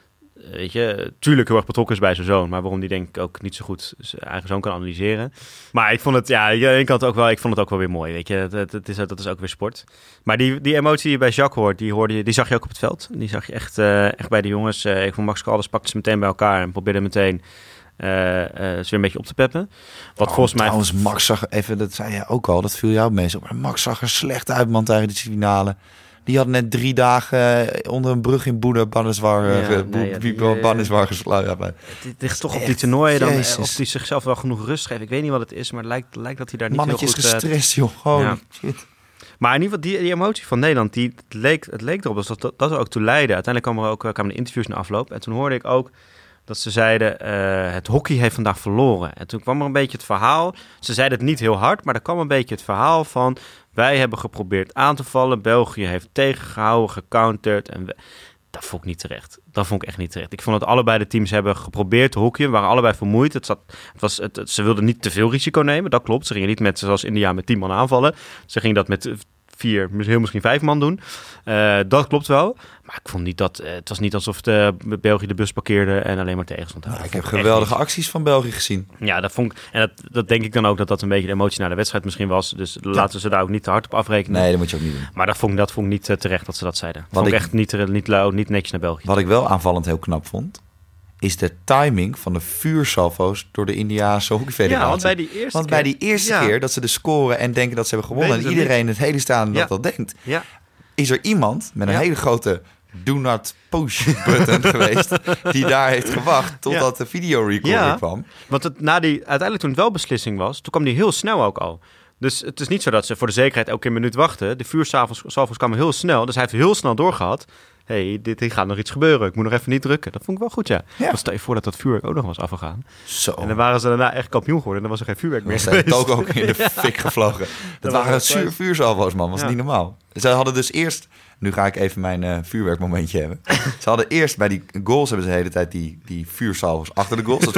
weet je, tuurlijk heel erg betrokken is bij zijn zoon. Maar waarom die denk ik ook niet zo goed zijn eigen zoon kan analyseren. Maar ik vond het, ja, ik had het ook wel, ik vond het ook wel weer mooi, weet je. Het, het, het is, dat is ook weer sport. Maar die, die emotie die je bij Jacques hoort, die, hoorde je, die zag je ook op het veld. Die zag je echt, uh, echt bij de jongens. Uh, ik vond Max Caldas pakte ze meteen bij elkaar en probeerde meteen uh, uh, ze weer een beetje op te peppen. Wat oh, volgens mij... Trouwens, Max zag even, dat zei je ook al, dat viel jou mee. Maar Max zag er slecht uit, man, tegen de finale. Die had net drie dagen onder een brug in Boede Banniswar ja, ge, nee, ja, die, uh, gesluit. Het ligt toch op die toernooien dan, Jezus. Of die zichzelf wel genoeg rust geeft. Ik weet niet wat het is, maar het lijkt, lijkt dat hij daar niet Mannetjes heel goed... Mannetjes gestrest, uh, joh. Gewoon, ja. Shit. Maar in ieder geval, die, die emotie van Nederland, die, het, leek, het leek erop dat dat, dat er ook toe leidde. Uiteindelijk kwamen er ook kwamen de interviews na afloop. En toen hoorde ik ook dat ze zeiden, uh, het hockey heeft vandaag verloren. En toen kwam er een beetje het verhaal. Ze zeiden het niet heel hard, maar er kwam een beetje het verhaal van... Wij hebben geprobeerd aan te vallen. België heeft tegengehouden, gecounterd. En we... Dat vond ik niet terecht. Dat vond ik echt niet terecht. Ik vond dat allebei de teams hebben geprobeerd te hockeyen. Waren allebei vermoeid. Het zat, het was, het, het, ze wilden niet te veel risico nemen. Dat klopt. Ze gingen niet met, zoals India, met tien man aanvallen. Ze gingen dat met vier, heel misschien vijf man doen. Uh, dat klopt wel. Maar ik vond niet dat... Uh, het was niet alsof de België de bus parkeerde en alleen maar tegen stond. Nou, ik heb geweldige acties van België gezien. Ja, dat vond ik... En dat, dat denk ik dan ook dat dat een beetje de emotie naar de wedstrijd misschien was. Dus ja. Laten we ze daar ook niet te hard op afrekenen. Nee, dat moet je ook niet doen. Maar dat vond ik, dat vond ik niet uh, terecht dat ze dat zeiden. Dat vond ik echt niet, niet, niet, niet netjes naar België. Wat ik wel aanvallend heel knap vond... is de timing van de vuursalvo's door de Indiaanse hockeyfederatie. Ja, want bij die eerste, want bij die eerste keer, ja. dat ze de scoren en denken dat ze hebben gewonnen... en iedereen, niet. Het hele stadion, ja. dat dat denkt... Ja. is er iemand met een ja. hele grote do not push button geweest... die daar heeft gewacht totdat ja. de videorecorder ja. kwam. Want het, na die, uiteindelijk toen het wel beslissing was... toen kwam die heel snel ook al. Dus het is niet zo dat ze voor de zekerheid elke keer een minuut wachten. De vuursalvo's kwamen heel snel, dus hij heeft heel snel doorgehad... Hé, hey, dit gaat nog iets gebeuren. Ik moet nog even niet drukken. Dat vond ik wel goed, ja. ja. Dan stel je voor dat dat vuurwerk ook nog was afgegaan. Zo. En dan waren ze daarna echt kampioen geworden. En dan was er geen vuurwerk meer geweest. Dan zijn ook in de fik gevlogen. Dat, dat waren het vuur, vuursalvo's, man. Was ja. niet normaal. Ze hadden dus eerst... Nu ga ik even mijn uh, vuurwerkmomentje hebben. Ze hadden eerst bij die goals... hebben ze de hele tijd die, die vuursalvo's achter de goals.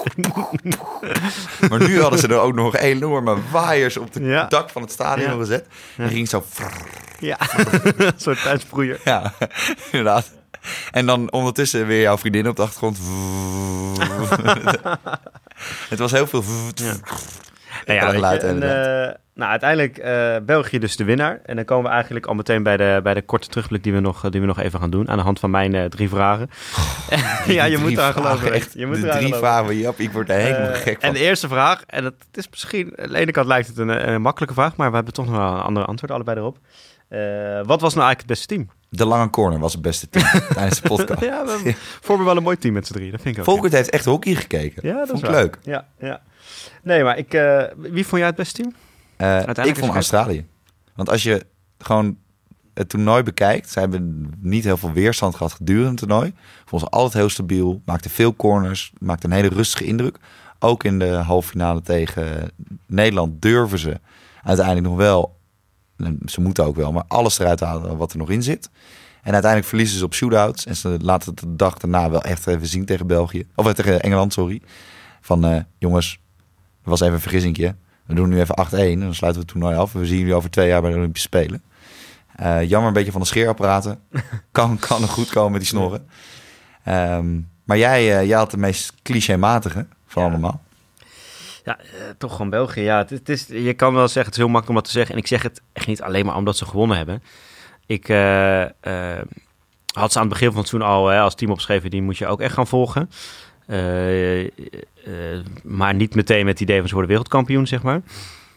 Maar nu hadden ze er ook nog enorme waaiers... op het ja. dak van het stadion ja. gezet. En ja. ging zo... Ja, een soort tuinsproeier. Ja, inderdaad. En dan ondertussen weer jouw vriendin op de achtergrond. Het was heel veel... Ja. Nou ja, geluid je, en, uh, nou, uiteindelijk uh, België dus de winnaar. En dan komen we eigenlijk al meteen bij de, bij de korte terugblik die we, nog, die we nog even gaan doen. Aan de hand van mijn uh, drie vragen. Oh, ja, je moet daar geloven. Echt, je moet de drie geloven. vragen, Jap, ik word er helemaal uh, gek van. En de eerste vraag, en het is misschien... Aan de ene kant lijkt het een, een makkelijke vraag, maar we hebben toch nog wel een andere antwoord allebei erop. Uh, wat was nou eigenlijk het beste team? De lange corner was het beste team tijdens de podcast. Ja, we, ja. Vormen wel een mooi team met z'n drie. Dat vind ik ook. Volkert ja. heeft echt hockey gekeken. Ja, dat vond is ik leuk. Ja, ja. Nee, maar ik... Uh, wie vond jij het beste team? Uh, ik vond Australië. Want als je gewoon het toernooi bekijkt... ze hebben niet heel veel weerstand gehad gedurende het toernooi. Vonden ze altijd heel stabiel. Maakten veel corners. Maakten een hele rustige indruk. Ook in de halve finale tegen Nederland durven ze uiteindelijk nog wel... Ze moeten ook wel, maar alles eruit halen wat er nog in zit. En uiteindelijk verliezen ze op shootouts. En ze laten het de dag daarna wel echt even zien tegen België. Of tegen Engeland, sorry. Van uh, jongens, er was even een vergissingje. We doen nu even acht-één en dan sluiten we het toernooi af. We zien jullie over twee jaar bij de Olympische Spelen. Uh, jammer een beetje van de scheerapparaten. kan, kan er goed komen met die snorren. Um, maar jij, uh, jij had de meest clichématige van ja. allemaal. Ja, uh, toch gewoon België. Ja, het, het is, je kan wel zeggen, het is heel makkelijk om dat te zeggen. En ik zeg het echt niet alleen maar omdat ze gewonnen hebben. Ik uh, uh, had ze aan het begin van het seizoen al hè, als team opgeschreven. Die moet je ook echt gaan volgen. Uh, uh, maar niet meteen met het idee van ze worden wereldkampioen, zeg maar.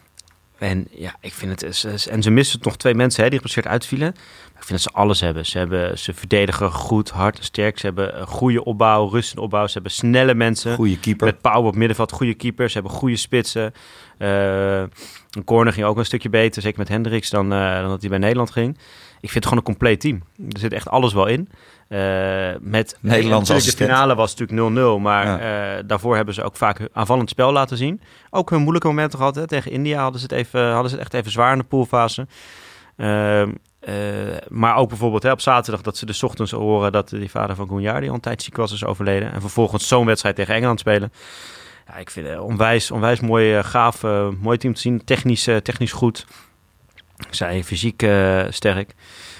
En ja, ik vind het... En ze missen nog twee mensen hè, die geblesseerd uitvielen. Maar ik vind dat ze alles hebben. Ze, hebben, ze verdedigen goed, hard en sterk. Ze hebben een goede opbouw, rust in opbouw. Ze hebben snelle mensen. Goede keeper. Met power op middenveld, goede keepers. Ze hebben goede spitsen. Uh, een corner ging ook een stukje beter. Zeker met Hendricks dan, uh, dan dat hij bij Nederland ging. Ik vind het gewoon een compleet team. Er zit echt alles wel in. Uh, met Nederlands de finale was natuurlijk nul nul, maar ja. uh, daarvoor hebben ze ook vaak aanvallend spel laten zien. Ook hun moeilijke momenten gehad. Hè. Tegen India hadden ze het even, hadden ze het echt even zwaar in de poolfase. Uh, uh, maar ook bijvoorbeeld hè, op zaterdag dat ze de ochtends horen dat die vader van Gounjard, die al een tijd ziek was, is overleden. En vervolgens zo'n wedstrijd tegen Engeland spelen. Ja, ik vind het onwijs, onwijs mooi, uh, gaaf, uh, mooi team te zien. Technisch, uh, technisch goed. Ik zei fysiek uh, sterk.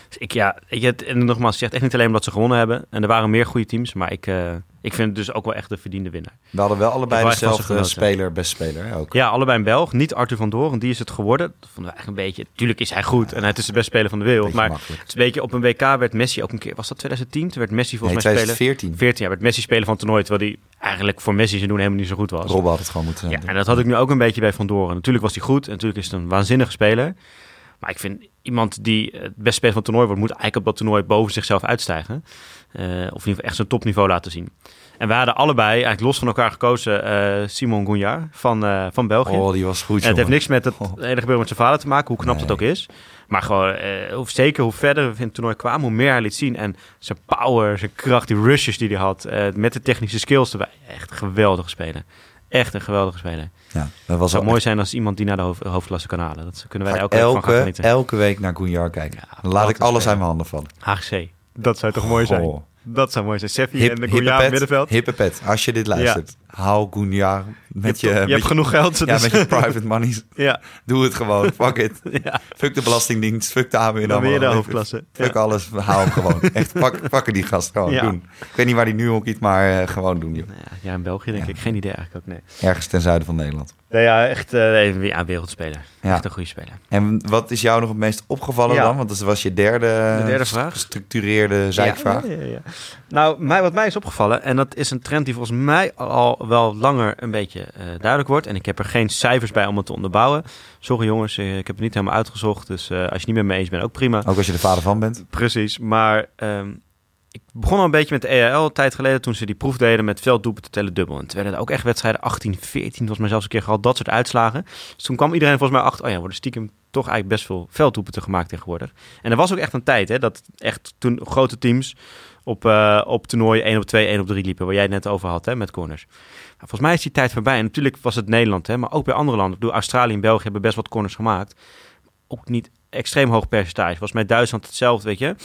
Dus ik, ja, ik, het, en nogmaals, het zegt echt niet alleen omdat ze gewonnen hebben. En er waren meer goede teams, maar ik, uh, ik vind het dus ook wel echt de verdiende winnaar. We hadden wel allebei wel dezelfde speler, best speler hè, ook. Ja, allebei een Belg. Niet Arthur van Doorn, die is het geworden. Dat vonden we eigenlijk een beetje... Tuurlijk is hij goed en hij is de beste speler van de wereld. Maar makkelijk. Het is een beetje op een W K werd Messi ook een keer... Was dat twintig tien? Toen werd Messi volgens nee, mij twintig veertien. veertien, ja, werd Messi speler van het toernooi, terwijl hij eigenlijk voor Messi zijn doen helemaal niet zo goed was. Rob had het gewoon moeten zijn. Ja, en dat had ik nu ook een beetje bij Van Doorn. Natuurlijk was hij goed en natuurlijk is het een waanzinnige speler. Maar ik vind iemand die het beste speler van het toernooi wordt, moet eigenlijk op dat toernooi boven zichzelf uitstijgen. Uh, of in ieder geval echt zijn topniveau laten zien. En we hadden allebei, eigenlijk los van elkaar gekozen, uh, Simon Goujard van, uh, van België. Oh, die was goed, en het heeft niks met het oh. hele gebeuren met zijn vader te maken, hoe knap nee. dat ook is. Maar gewoon, uh, hoe, zeker hoe verder we in het toernooi kwamen, hoe meer hij liet zien. En zijn power, zijn kracht, die rushes die hij had, uh, met de technische skills erbij. Echt een geweldige speler. Echt een geweldige speler. Ja, dat was het zou mooi echt... zijn als iemand die naar de hoofd, hoofdklasse kan halen. Dat kunnen wij elke, elke week van gaan genieten. Elke week naar Goujard kijken. Ja, dan laat ik alles uit mijn handen vallen. H G C. Dat zou toch mooi zijn? Oh. Dat zou mooi zijn. Seffi Hip, en de Goujard in middenveld. Hippe pet, als je dit luistert. Ja. Haal Goujard met je... Je, je met hebt je, genoeg geld. Ja, dus. met je private money. Ja. Doe het gewoon. Fuck it. Ja. Fuck de belastingdienst. Fuck de A B N. Dan ben je de hoofdklasse. Fuck ja. alles. Haal hem gewoon. Echt, pak, pakken die gast gewoon. Ja. Doen. Ik weet niet waar die nu hockeyt, maar uh, gewoon doen. Joh. Ja, ja, in België denk ja. ik. Geen idee eigenlijk ook. Nee. Ergens ten zuiden van Nederland. Nee, ja, echt uh, ja, wereldspeler. Ja. Echt een goede speler. En wat is jou nog het meest opgevallen ja. dan? Want dat was je derde, de derde vraag. Gestructureerde zijkvraag. Ja, ja, ja, ja. Nou, mij, wat mij is opgevallen, en dat is een trend die volgens mij al wel langer een beetje uh, duidelijk wordt. En ik heb er geen cijfers bij om het te onderbouwen. Sorry jongens, ik heb het niet helemaal uitgezocht. Dus uh, als je het niet met me eens bent, ook prima. Ook als je de vader van bent. Precies, maar... Um, ik begon al een beetje met de E H L een tijd geleden toen ze die proef deden met velddoelpunten tellen dubbel. En toen werden er ook echt wedstrijden achttien veertien, volgens mij zelfs een keer gehad, dat soort uitslagen. Dus toen kwam iedereen volgens mij achter, oh ja, worden stiekem toch eigenlijk best veel velddoelpunten gemaakt tegenwoordig. En er was ook echt een tijd, hè, dat echt toen grote teams op, uh, op toernooien één op twee, één op drie liepen, waar jij het net over had, hè, met corners. Maar volgens mij is die tijd voorbij. En natuurlijk was het Nederland, hè, maar ook bij andere landen. Ik bedoel, Australië en België hebben best wat corners gemaakt. Ook niet extreem hoog percentage. Volgens mij Duitsland hetzelfde, weet je.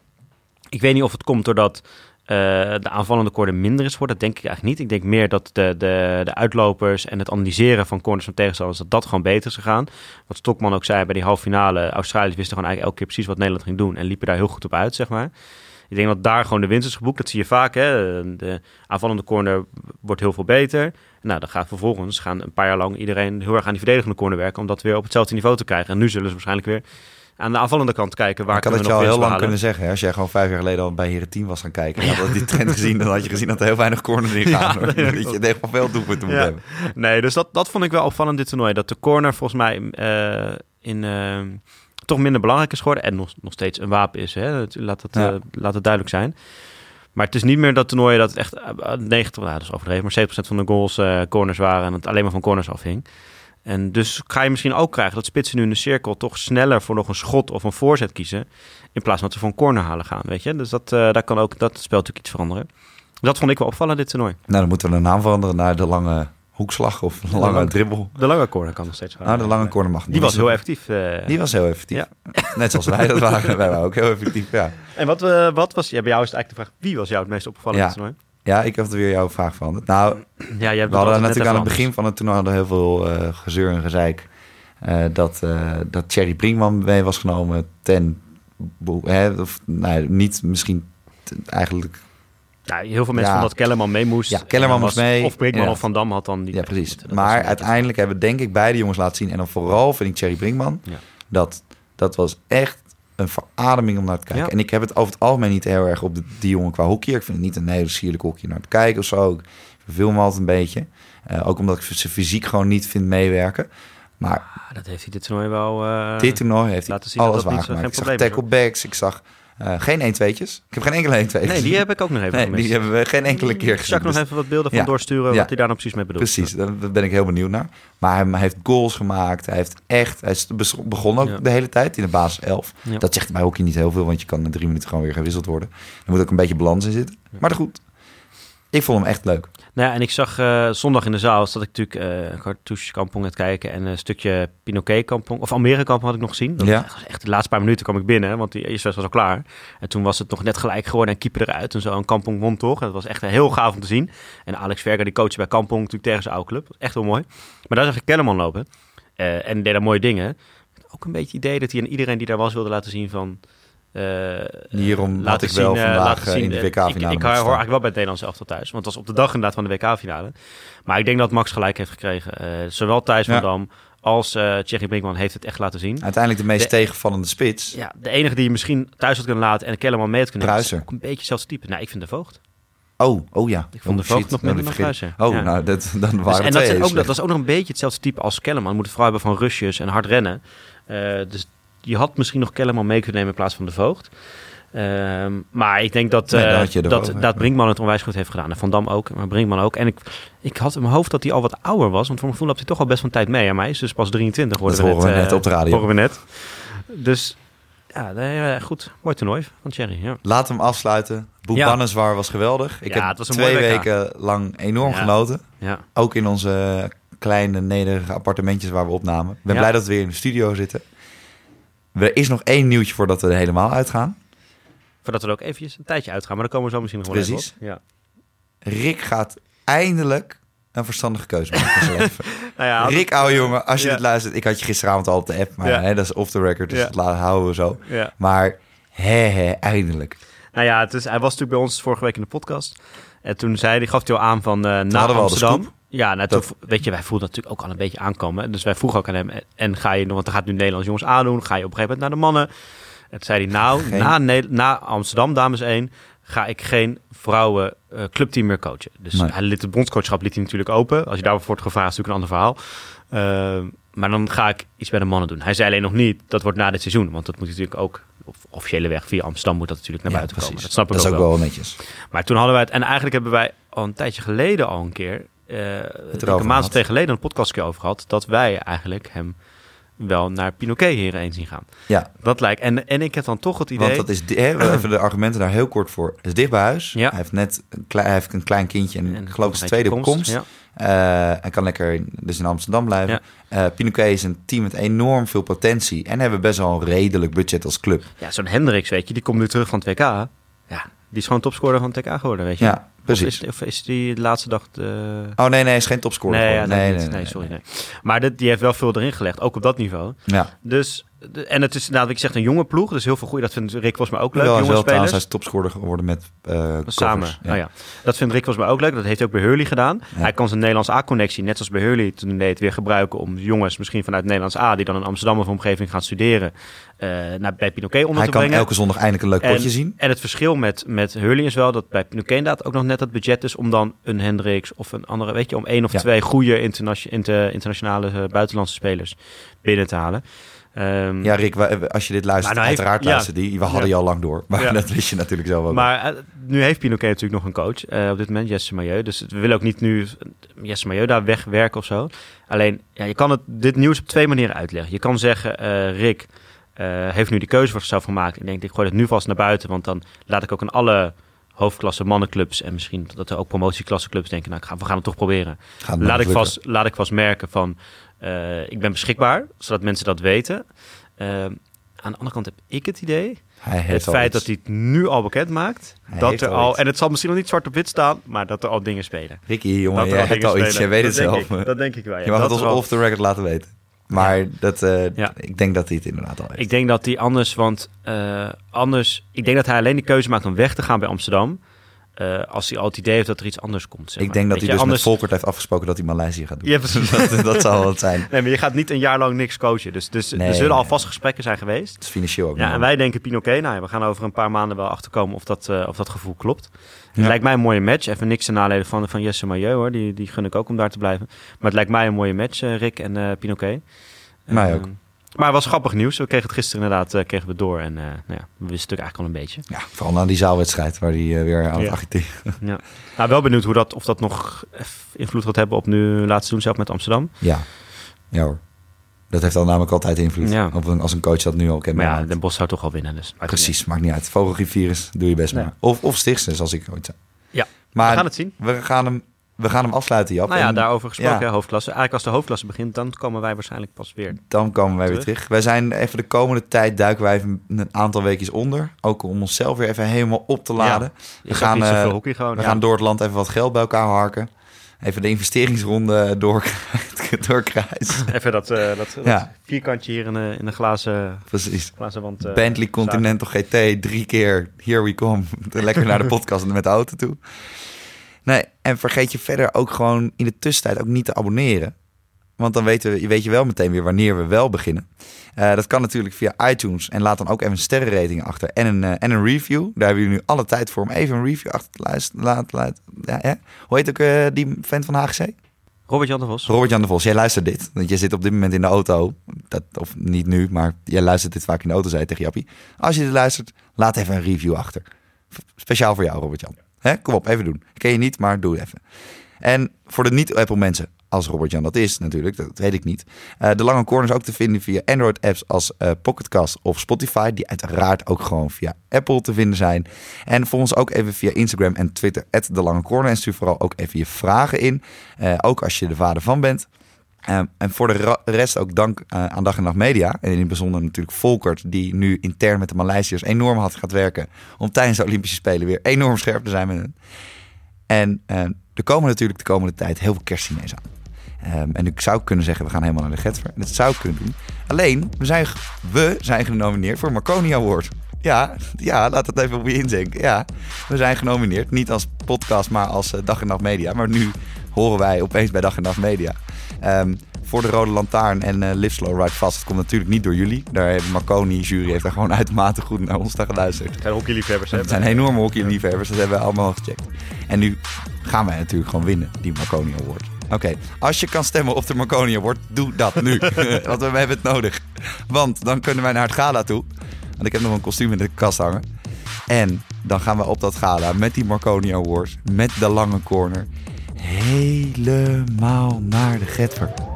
Ik weet niet of het komt doordat uh, de aanvallende corner minder is geworden. Dat denk ik eigenlijk niet. Ik denk meer dat de, de, de uitlopers en het analyseren van corners van tegenstanders, dat dat gewoon beter is gegaan. Wat Stokman ook zei bij die halve finale. Australiërs wisten gewoon eigenlijk elke keer precies wat Nederland ging doen en liepen daar heel goed op uit, zeg maar. Ik denk dat daar gewoon de winst is geboekt. Dat zie je vaak, hè. De aanvallende corner wordt heel veel beter. Nou, dan gaat vervolgens gaan een paar jaar lang iedereen heel erg aan die verdedigende corner werken om dat weer op hetzelfde niveau te krijgen. En nu zullen ze waarschijnlijk weer aan de aanvallende kant kijken. Waar ik had het je al heel lang kunnen zeggen. Hè? Als jij gewoon vijf jaar geleden al bij Herenteam was gaan kijken en ja. had die trend gezien, dan had je gezien dat er heel weinig corners in gaan. Ja, nee, dat je echt wel veel doelpunten moet ja. hebben. Nee, dus dat, dat vond ik wel opvallend dit toernooi. Dat de corner volgens mij uh, in uh, toch minder belangrijk is geworden. En nog, nog steeds een wapen is. Hè? Laat, het, ja. uh, laat het duidelijk zijn. Maar het is niet meer dat toernooi dat het echt uh, negentig, nou, dat is overdreven, maar zeventig procent van de goals uh, corners waren en het alleen maar van corners afhing. En dus ga je misschien ook krijgen dat spitsen nu in de cirkel toch sneller voor nog een schot of een voorzet kiezen, in plaats van dat ze voor een corner halen gaan, weet je. Dus dat, uh, daar kan ook, dat speelt natuurlijk iets veranderen. Dat vond ik wel opvallend, dit toernooi. Nou, dan moeten we de naam veranderen naar de lange hoekslag of de lange, lange dribbel. De lange corner kan nog steeds gaan. Nou, de lange corner mag niet. Die was heel effectief. Uh... Die was heel effectief. Ja. Net zoals wij dat waren. Wij waren ook heel effectief, ja. En wat, uh, wat was, ja, bij jou is het eigenlijk de vraag, wie was jou het meest opgevallen ja. in het toernooi? Ja, ik heb er weer jouw vraag veranderd. Nou, ja, jij we hadden natuurlijk aan het begin van het toernooi hadden heel veel uh, gezeur en gezeik. Uh, dat, uh, dat Thierry Brinkman mee was genomen ten... Hè, of, nou, niet misschien t- eigenlijk... Ja, heel veel mensen ja. vonden dat Kellerman mee moest. Ja, Kellerman moest mee. Of Brinkman ja. of Van Dam had dan die... Ja, precies. Maar uiteindelijk hebben denk ik beide jongens laten zien. En dan vooral vind ik Thierry Brinkman. Ja. Dat, dat was echt een verademing om naar te kijken. Ja. En ik heb het over het algemeen niet heel erg op de, die jongen qua hockey. Ik vind het niet een hele sierlijk hockey naar te kijken of zo. Ik verveel me altijd een beetje. Uh, ook omdat ik zijn fysiek gewoon niet vind meewerken. Maar ah, dat heeft hij dit toernooi wel... Uh, dit toernooi heeft hij zien alles dat dat waargemaakt. Ik zag tacklebacks, ik zag uh, geen één-tweetjes. Ik heb geen enkele één-twee. Nee, die heb ik ook nog even nee, gemist. Die hebben we geen enkele keer gezien. Zal ik nog even wat beelden van ja. doorsturen, ja. wat hij daar nou precies mee bedoelt? Precies, daar ben ik heel benieuwd naar. Maar hij heeft goals gemaakt. Hij heeft echt... Hij is begonnen ook ja. de hele tijd in de basis elf. Ja. Dat zegt bij hockey niet heel veel, want je kan in drie minuten gewoon weer gewisseld worden. Er moet ook een beetje balans in zitten. Ja. Maar goed, ik vond hem echt leuk. Nou ja, en ik zag uh, zondag in de zaal, zat ik natuurlijk uh, Cartouche Kampong aan het kijken en een stukje Pinoquet Kampong, of Almere Kampong had ik nog gezien. Dat ja. was echt de laatste paar minuten kwam ik binnen, want die eerste wedstrijd was al klaar. En toen was het nog net gelijk geworden en keeper eruit en zo. En Kampong won toch. Dat was echt heel gaaf om te zien. En Alex Verger, die coach bij Kampong, natuurlijk tegen zijn oude club. Echt heel mooi. Maar daar zag ik Kellerman lopen uh, en deed daar mooie dingen. Ook een beetje het idee dat hij aan iedereen die daar was wilde laten zien van... Uh, Hierom had ik wel zien, vandaag uh, in de W K-finale. Ik, ik, ik hoor eigenlijk wel bij het Nederlands elftal thuis. Want het was op de dag inderdaad van de W K-finale. Maar ik denk dat Max gelijk heeft gekregen. Uh, zowel Thijs van ja. Dam als uh, Thierry Brinkman heeft het echt laten zien. Uiteindelijk de meest de, tegenvallende spits. Ja, de enige die je misschien thuis had kunnen laten en Kellerman mee had kunnen Pruiser. Is ook een beetje hetzelfde type. Nou, ik vind de Voogd. Oh, oh ja. Ik vond oh, de Voogd shit, nog minder dan Pruiser. Oh, ja. nou, dat, dan waren dus, we en twee dat, ook, dat, dat is ook nog een beetje hetzelfde type als Kellerman. Je moet het vooral hebben van rushes en hard rennen. Uh, dus je had misschien nog Kellerman mee kunnen nemen in plaats van de Voogd. Uh, maar ik denk dat, uh, nee, dat, dat, dat Brinkman het onwijs goed heeft gedaan. En Van Dam ook, maar Brinkman ook. En ik, ik had in mijn hoofd dat hij al wat ouder was. Want voor mijn gevoel loopt hij toch al best wel een tijd mee. En mij is dus pas drieëntwintig. Dat horen we net, we net uh, op de radio. Horen we net. Dus ja, nee, goed. Mooi toernooi van Thierry. Ja. Laat hem afsluiten. Boek ja. Banneswar was geweldig. Ik ja, heb het was twee weken lang enorm ja. genoten. Ja. Ook in onze kleine, nederige appartementjes waar we opnamen. Ik ben ja. blij dat we weer in de studio zitten. Er is nog één nieuwtje voordat we er helemaal uitgaan. Voordat we er ook eventjes een tijdje uitgaan. Maar dan komen we zo misschien nog wel even op. Precies. Ja. Rick gaat eindelijk een verstandige keuze maken in zijn leven. Nou ja, Rick, ouwe jongen, als je ja. dit luistert... Ik had je gisteravond al op de app, maar ja. hè, dat is off the record. Dus ja. dat laten, houden we zo. Ja. Maar hè, hè, eindelijk. Nou ja, het is, hij was natuurlijk bij ons vorige week in de podcast. En toen zei hij, gaf hij al aan van uh, na Amsterdam. Ja, nou, dat... toen, weet je, wij voelden natuurlijk ook al een beetje aankomen. Dus wij vroegen ook aan hem, en ga je nog, want dan gaat nu Nederlands jongens aandoen, ga je op een gegeven moment naar de mannen? En toen zei hij, nou, geen... na, ne- na Amsterdam, dames één, ga ik geen vrouwen uh, clubteam meer coachen. Dus nee. hij liet het bondscoachschap liet hij natuurlijk open. Als je daarvoor wordt gevraagd, is natuurlijk een ander verhaal. Uh, maar dan ga ik iets bij de mannen doen. Hij zei alleen nog niet, dat wordt na dit seizoen. Want dat moet natuurlijk ook, op officiële weg via Amsterdam moet dat natuurlijk naar ja, buiten precies. komen. Dat snap ik dat ook is ook wel. wel netjes. Maar toen hadden wij het, en eigenlijk hebben wij al een tijdje geleden al een keer, uh, een maand of twee geleden een podcast over gehad, dat wij eigenlijk hem wel naar Pinoquet hierheen zien gaan. Ja. Dat lijkt. En, en ik heb dan toch het idee... Want dat is... Hè, even de argumenten daar heel kort voor. Het is dicht bij huis. Ja. Hij heeft net een klein, hij heeft een klein kindje en, en ik geloof zijn tweede komst. komst. Ja. Uh, hij kan lekker dus in Amsterdam blijven. Ja. Uh, Pinoquet is een team met enorm veel potentie en hebben best wel een redelijk budget als club. Ja, zo'n Hendricks, weet je, die komt nu terug van het W K. Ja, die is gewoon topscorer van het W K geworden, weet je. Ja, precies. Of is, of is die de laatste dag... De... Oh nee, nee, hij is geen topscorer. Nee, ja, nee, nee, nee, nee, nee, nee, sorry. Nee. Maar dit, die heeft wel veel erin gelegd, ook op dat niveau. Ja. Dus, de, en het is inderdaad, ik zeg, een jonge ploeg. Dus heel veel goeie. Dat vindt Rick volgens mij ook leuk, wel, jonge wel, spelers. Hij is topscorer geworden met uh, Samen, ja. Oh, ja. Dat vindt Rick volgens mij ook leuk. Dat heeft hij ook bij Hurley gedaan. Ja. Hij kan zijn Nederlands A-connectie, net zoals bij Hurley toen deed, weer gebruiken om jongens misschien vanuit Nederlands A, die dan in Amsterdam of omgeving gaan studeren, uh, naar bij Pinoquet onder hij te brengen. Hij kan elke zondag eindelijk een leuk potje en, zien. En het verschil met, met Hurley is wel dat bij Pinoquet inderdaad ook nog net het budget is om dan een Hendricks of een andere, weet je, om één of ja. twee goede interna- inter- internationale uh, buitenlandse spelers binnen te halen. Um, ja, Rick, als je dit luistert, nou, uiteraard heeft, luistert ja, die. We hadden ja. je al lang door, maar ja. dat wist je natuurlijk zelf ook. Maar uh, nu heeft Pinoquet natuurlijk nog een coach uh, op dit moment, Jesse Mailleu. Dus we willen ook niet nu Jesse Mailleu daar wegwerken of zo. Alleen, ja, je kan het, dit nieuws op twee manieren uitleggen. Je kan zeggen, uh, Rick uh, heeft nu die keuze voor zichzelf gemaakt. Ik denk, ik gooi het nu vast naar buiten, want dan laat ik ook aan alle hoofdklasse mannenclubs en misschien dat er ook promotieklassenclubs denken, nou, we gaan het toch proberen. Laat ik, vast, laat ik vast merken van, uh, ik ben beschikbaar, zodat mensen dat weten. Uh, aan de andere kant heb ik het idee, hij het feit dat hij het nu al bekend maakt, hij dat er al, iets. En het zal misschien nog niet zwart op wit staan, maar dat er al dingen spelen. Ricky, jongen, jij hebt al iets, jij weet het zelf. Ik, dat denk ik wel. Ja. Je mag dat het ons wel... off the record laten weten. Maar ja. dat, uh, ja. ik denk dat hij het inderdaad al heeft. Ik denk dat hij anders, want uh, anders, ik denk dat hij alleen de keuze maakt om weg te gaan bij Amsterdam. Uh, als hij al het idee heeft dat er iets anders komt. Zeg maar. Ik denk dat Weet hij je, dus anders... met Volkert heeft afgesproken dat hij Maleisië gaat doen. Ja, precies. dat, dat zal het zijn. Nee, maar je gaat niet een jaar lang niks coachen. Dus, dus nee, er zullen nee, al vast gesprekken zijn geweest. Het is financieel ook. Ja, en wij denken Pinoquet, nou ja, we gaan over een paar maanden wel achterkomen of dat, uh, of dat gevoel klopt. Het ja. lijkt mij een mooie match. Even niks ten nadele van, van Jesse Mailleu, hoor. Die, die gun ik ook om daar te blijven. Maar het lijkt mij een mooie match, uh, Rick en uh, Pinoquet. Mij uh, ook. Maar het was grappig nieuws. We kregen het gisteren inderdaad uh, kregen we door. En uh, nou ja, we wisten het eigenlijk al een beetje. Ja, vooral na die zaalwedstrijd waar hij uh, weer aan ja. het agiteren. Ja. Nou, wel benieuwd hoe dat, of dat nog invloed gaat hebben op nu laatste doen zelf met Amsterdam. Ja, ja hoor. Dat heeft dan namelijk altijd invloed. Ja. Op een, als een coach dat nu al kent. Maar ja, Den Bosch zou toch al winnen. Dus precies, maakt niet uit. Vogelgriepvirus, doe je best nee. maar. Of, of Stichtse, zoals ik ooit zei. Ja, maar we gaan het zien. We gaan hem, we gaan hem afsluiten, Jap. Nou ja, en, daarover gesproken, ja. ja, hoofdklasse. Eigenlijk als de hoofdklasse begint, dan komen wij waarschijnlijk pas weer Dan komen wij terug. weer terug. Wij zijn even de komende tijd, duiken wij even een aantal weekjes onder. Ook om onszelf weer even helemaal op te laden. Ja, we gaan, uh, hockey gewoon, we ja. gaan door het land even wat geld bij elkaar harken. Even de investeringsronde door doorkruis. Even dat, uh, dat, Ja. dat vierkantje hier in de, in de glazen, Precies. glazen wand. Uh, Bentley Continental G T, drie keer, here we come. Lekker naar de podcast met de auto toe. Nee, en vergeet je verder ook gewoon in de tussentijd ook niet te abonneren. Want dan weten we, weet je wel meteen weer wanneer we wel beginnen. Uh, dat kan natuurlijk via iTunes. En laat dan ook even een sterrenrating achter. En een, uh, en een review. Daar hebben jullie nu alle tijd voor om even een review achter te luisteren. Laat, laat, ja, ja. Hoe heet ook uh, die vent van H G C? Robert-Jan de Vos. Robert-Jan de Vos, jij luistert dit. Want je zit op dit moment in de auto. Dat, of niet nu, maar jij luistert dit vaak in de auto, zei je tegen Jappie. Als je dit luistert, laat even een review achter. Speciaal voor jou, Robert-Jan. Hè? Kom op, even doen. Ken je niet, maar doe even. En voor de niet-Apple mensen, als Robert-Jan dat is natuurlijk, dat weet ik niet. Uh, de Lange Corner is ook te vinden via Android-apps als uh, Pocketcast of Spotify, die uiteraard ook gewoon via Apple te vinden zijn. En volg ons ook even via Instagram en Twitter, at De Lange Corner. En stuur vooral ook even je vragen in, uh, ook als je de vader van bent. Uh, en voor de ra- rest ook dank uh, aan Dag en Nacht Media. En in het bijzonder natuurlijk Volkert, die nu intern met de Maleisiërs enorm hard gaat werken om tijdens de Olympische Spelen weer enorm scherp te zijn met hen. En uh, er komen natuurlijk de komende tijd heel veel kerstdiners aan. Um, en ik zou kunnen zeggen, we gaan helemaal naar de Getver. En dat zou ik kunnen doen. Alleen, we zijn, we zijn genomineerd voor Marconi Award. Ja, ja, laat het even op je inzinken. Ja, we zijn genomineerd. Niet als podcast, maar als uh, Dag en Nacht Media. Maar nu horen wij opeens bij Dag en Nacht Media. Um, voor de Rode Lantaarn en uh, Live Slow Ride Fast. Dat komt natuurlijk niet door jullie. Daar heeft Marconi jury heeft daar gewoon uitermate goed naar ons naar geluisterd. Het zijn hockeyliefhebbers. Het zijn enorme hockeyliefhebbers. Dat hebben we allemaal gecheckt. En nu gaan wij natuurlijk gewoon winnen, die Marconi Award. Oké, okay. Als je kan stemmen op de Marconi Award, doe dat nu. Want we hebben het nodig. Want dan kunnen wij naar het gala toe. Want ik heb nog een kostuum in de kast hangen. En dan gaan we op dat gala met die Marconi Awards, met de Lange Corner, helemaal naar de Getver.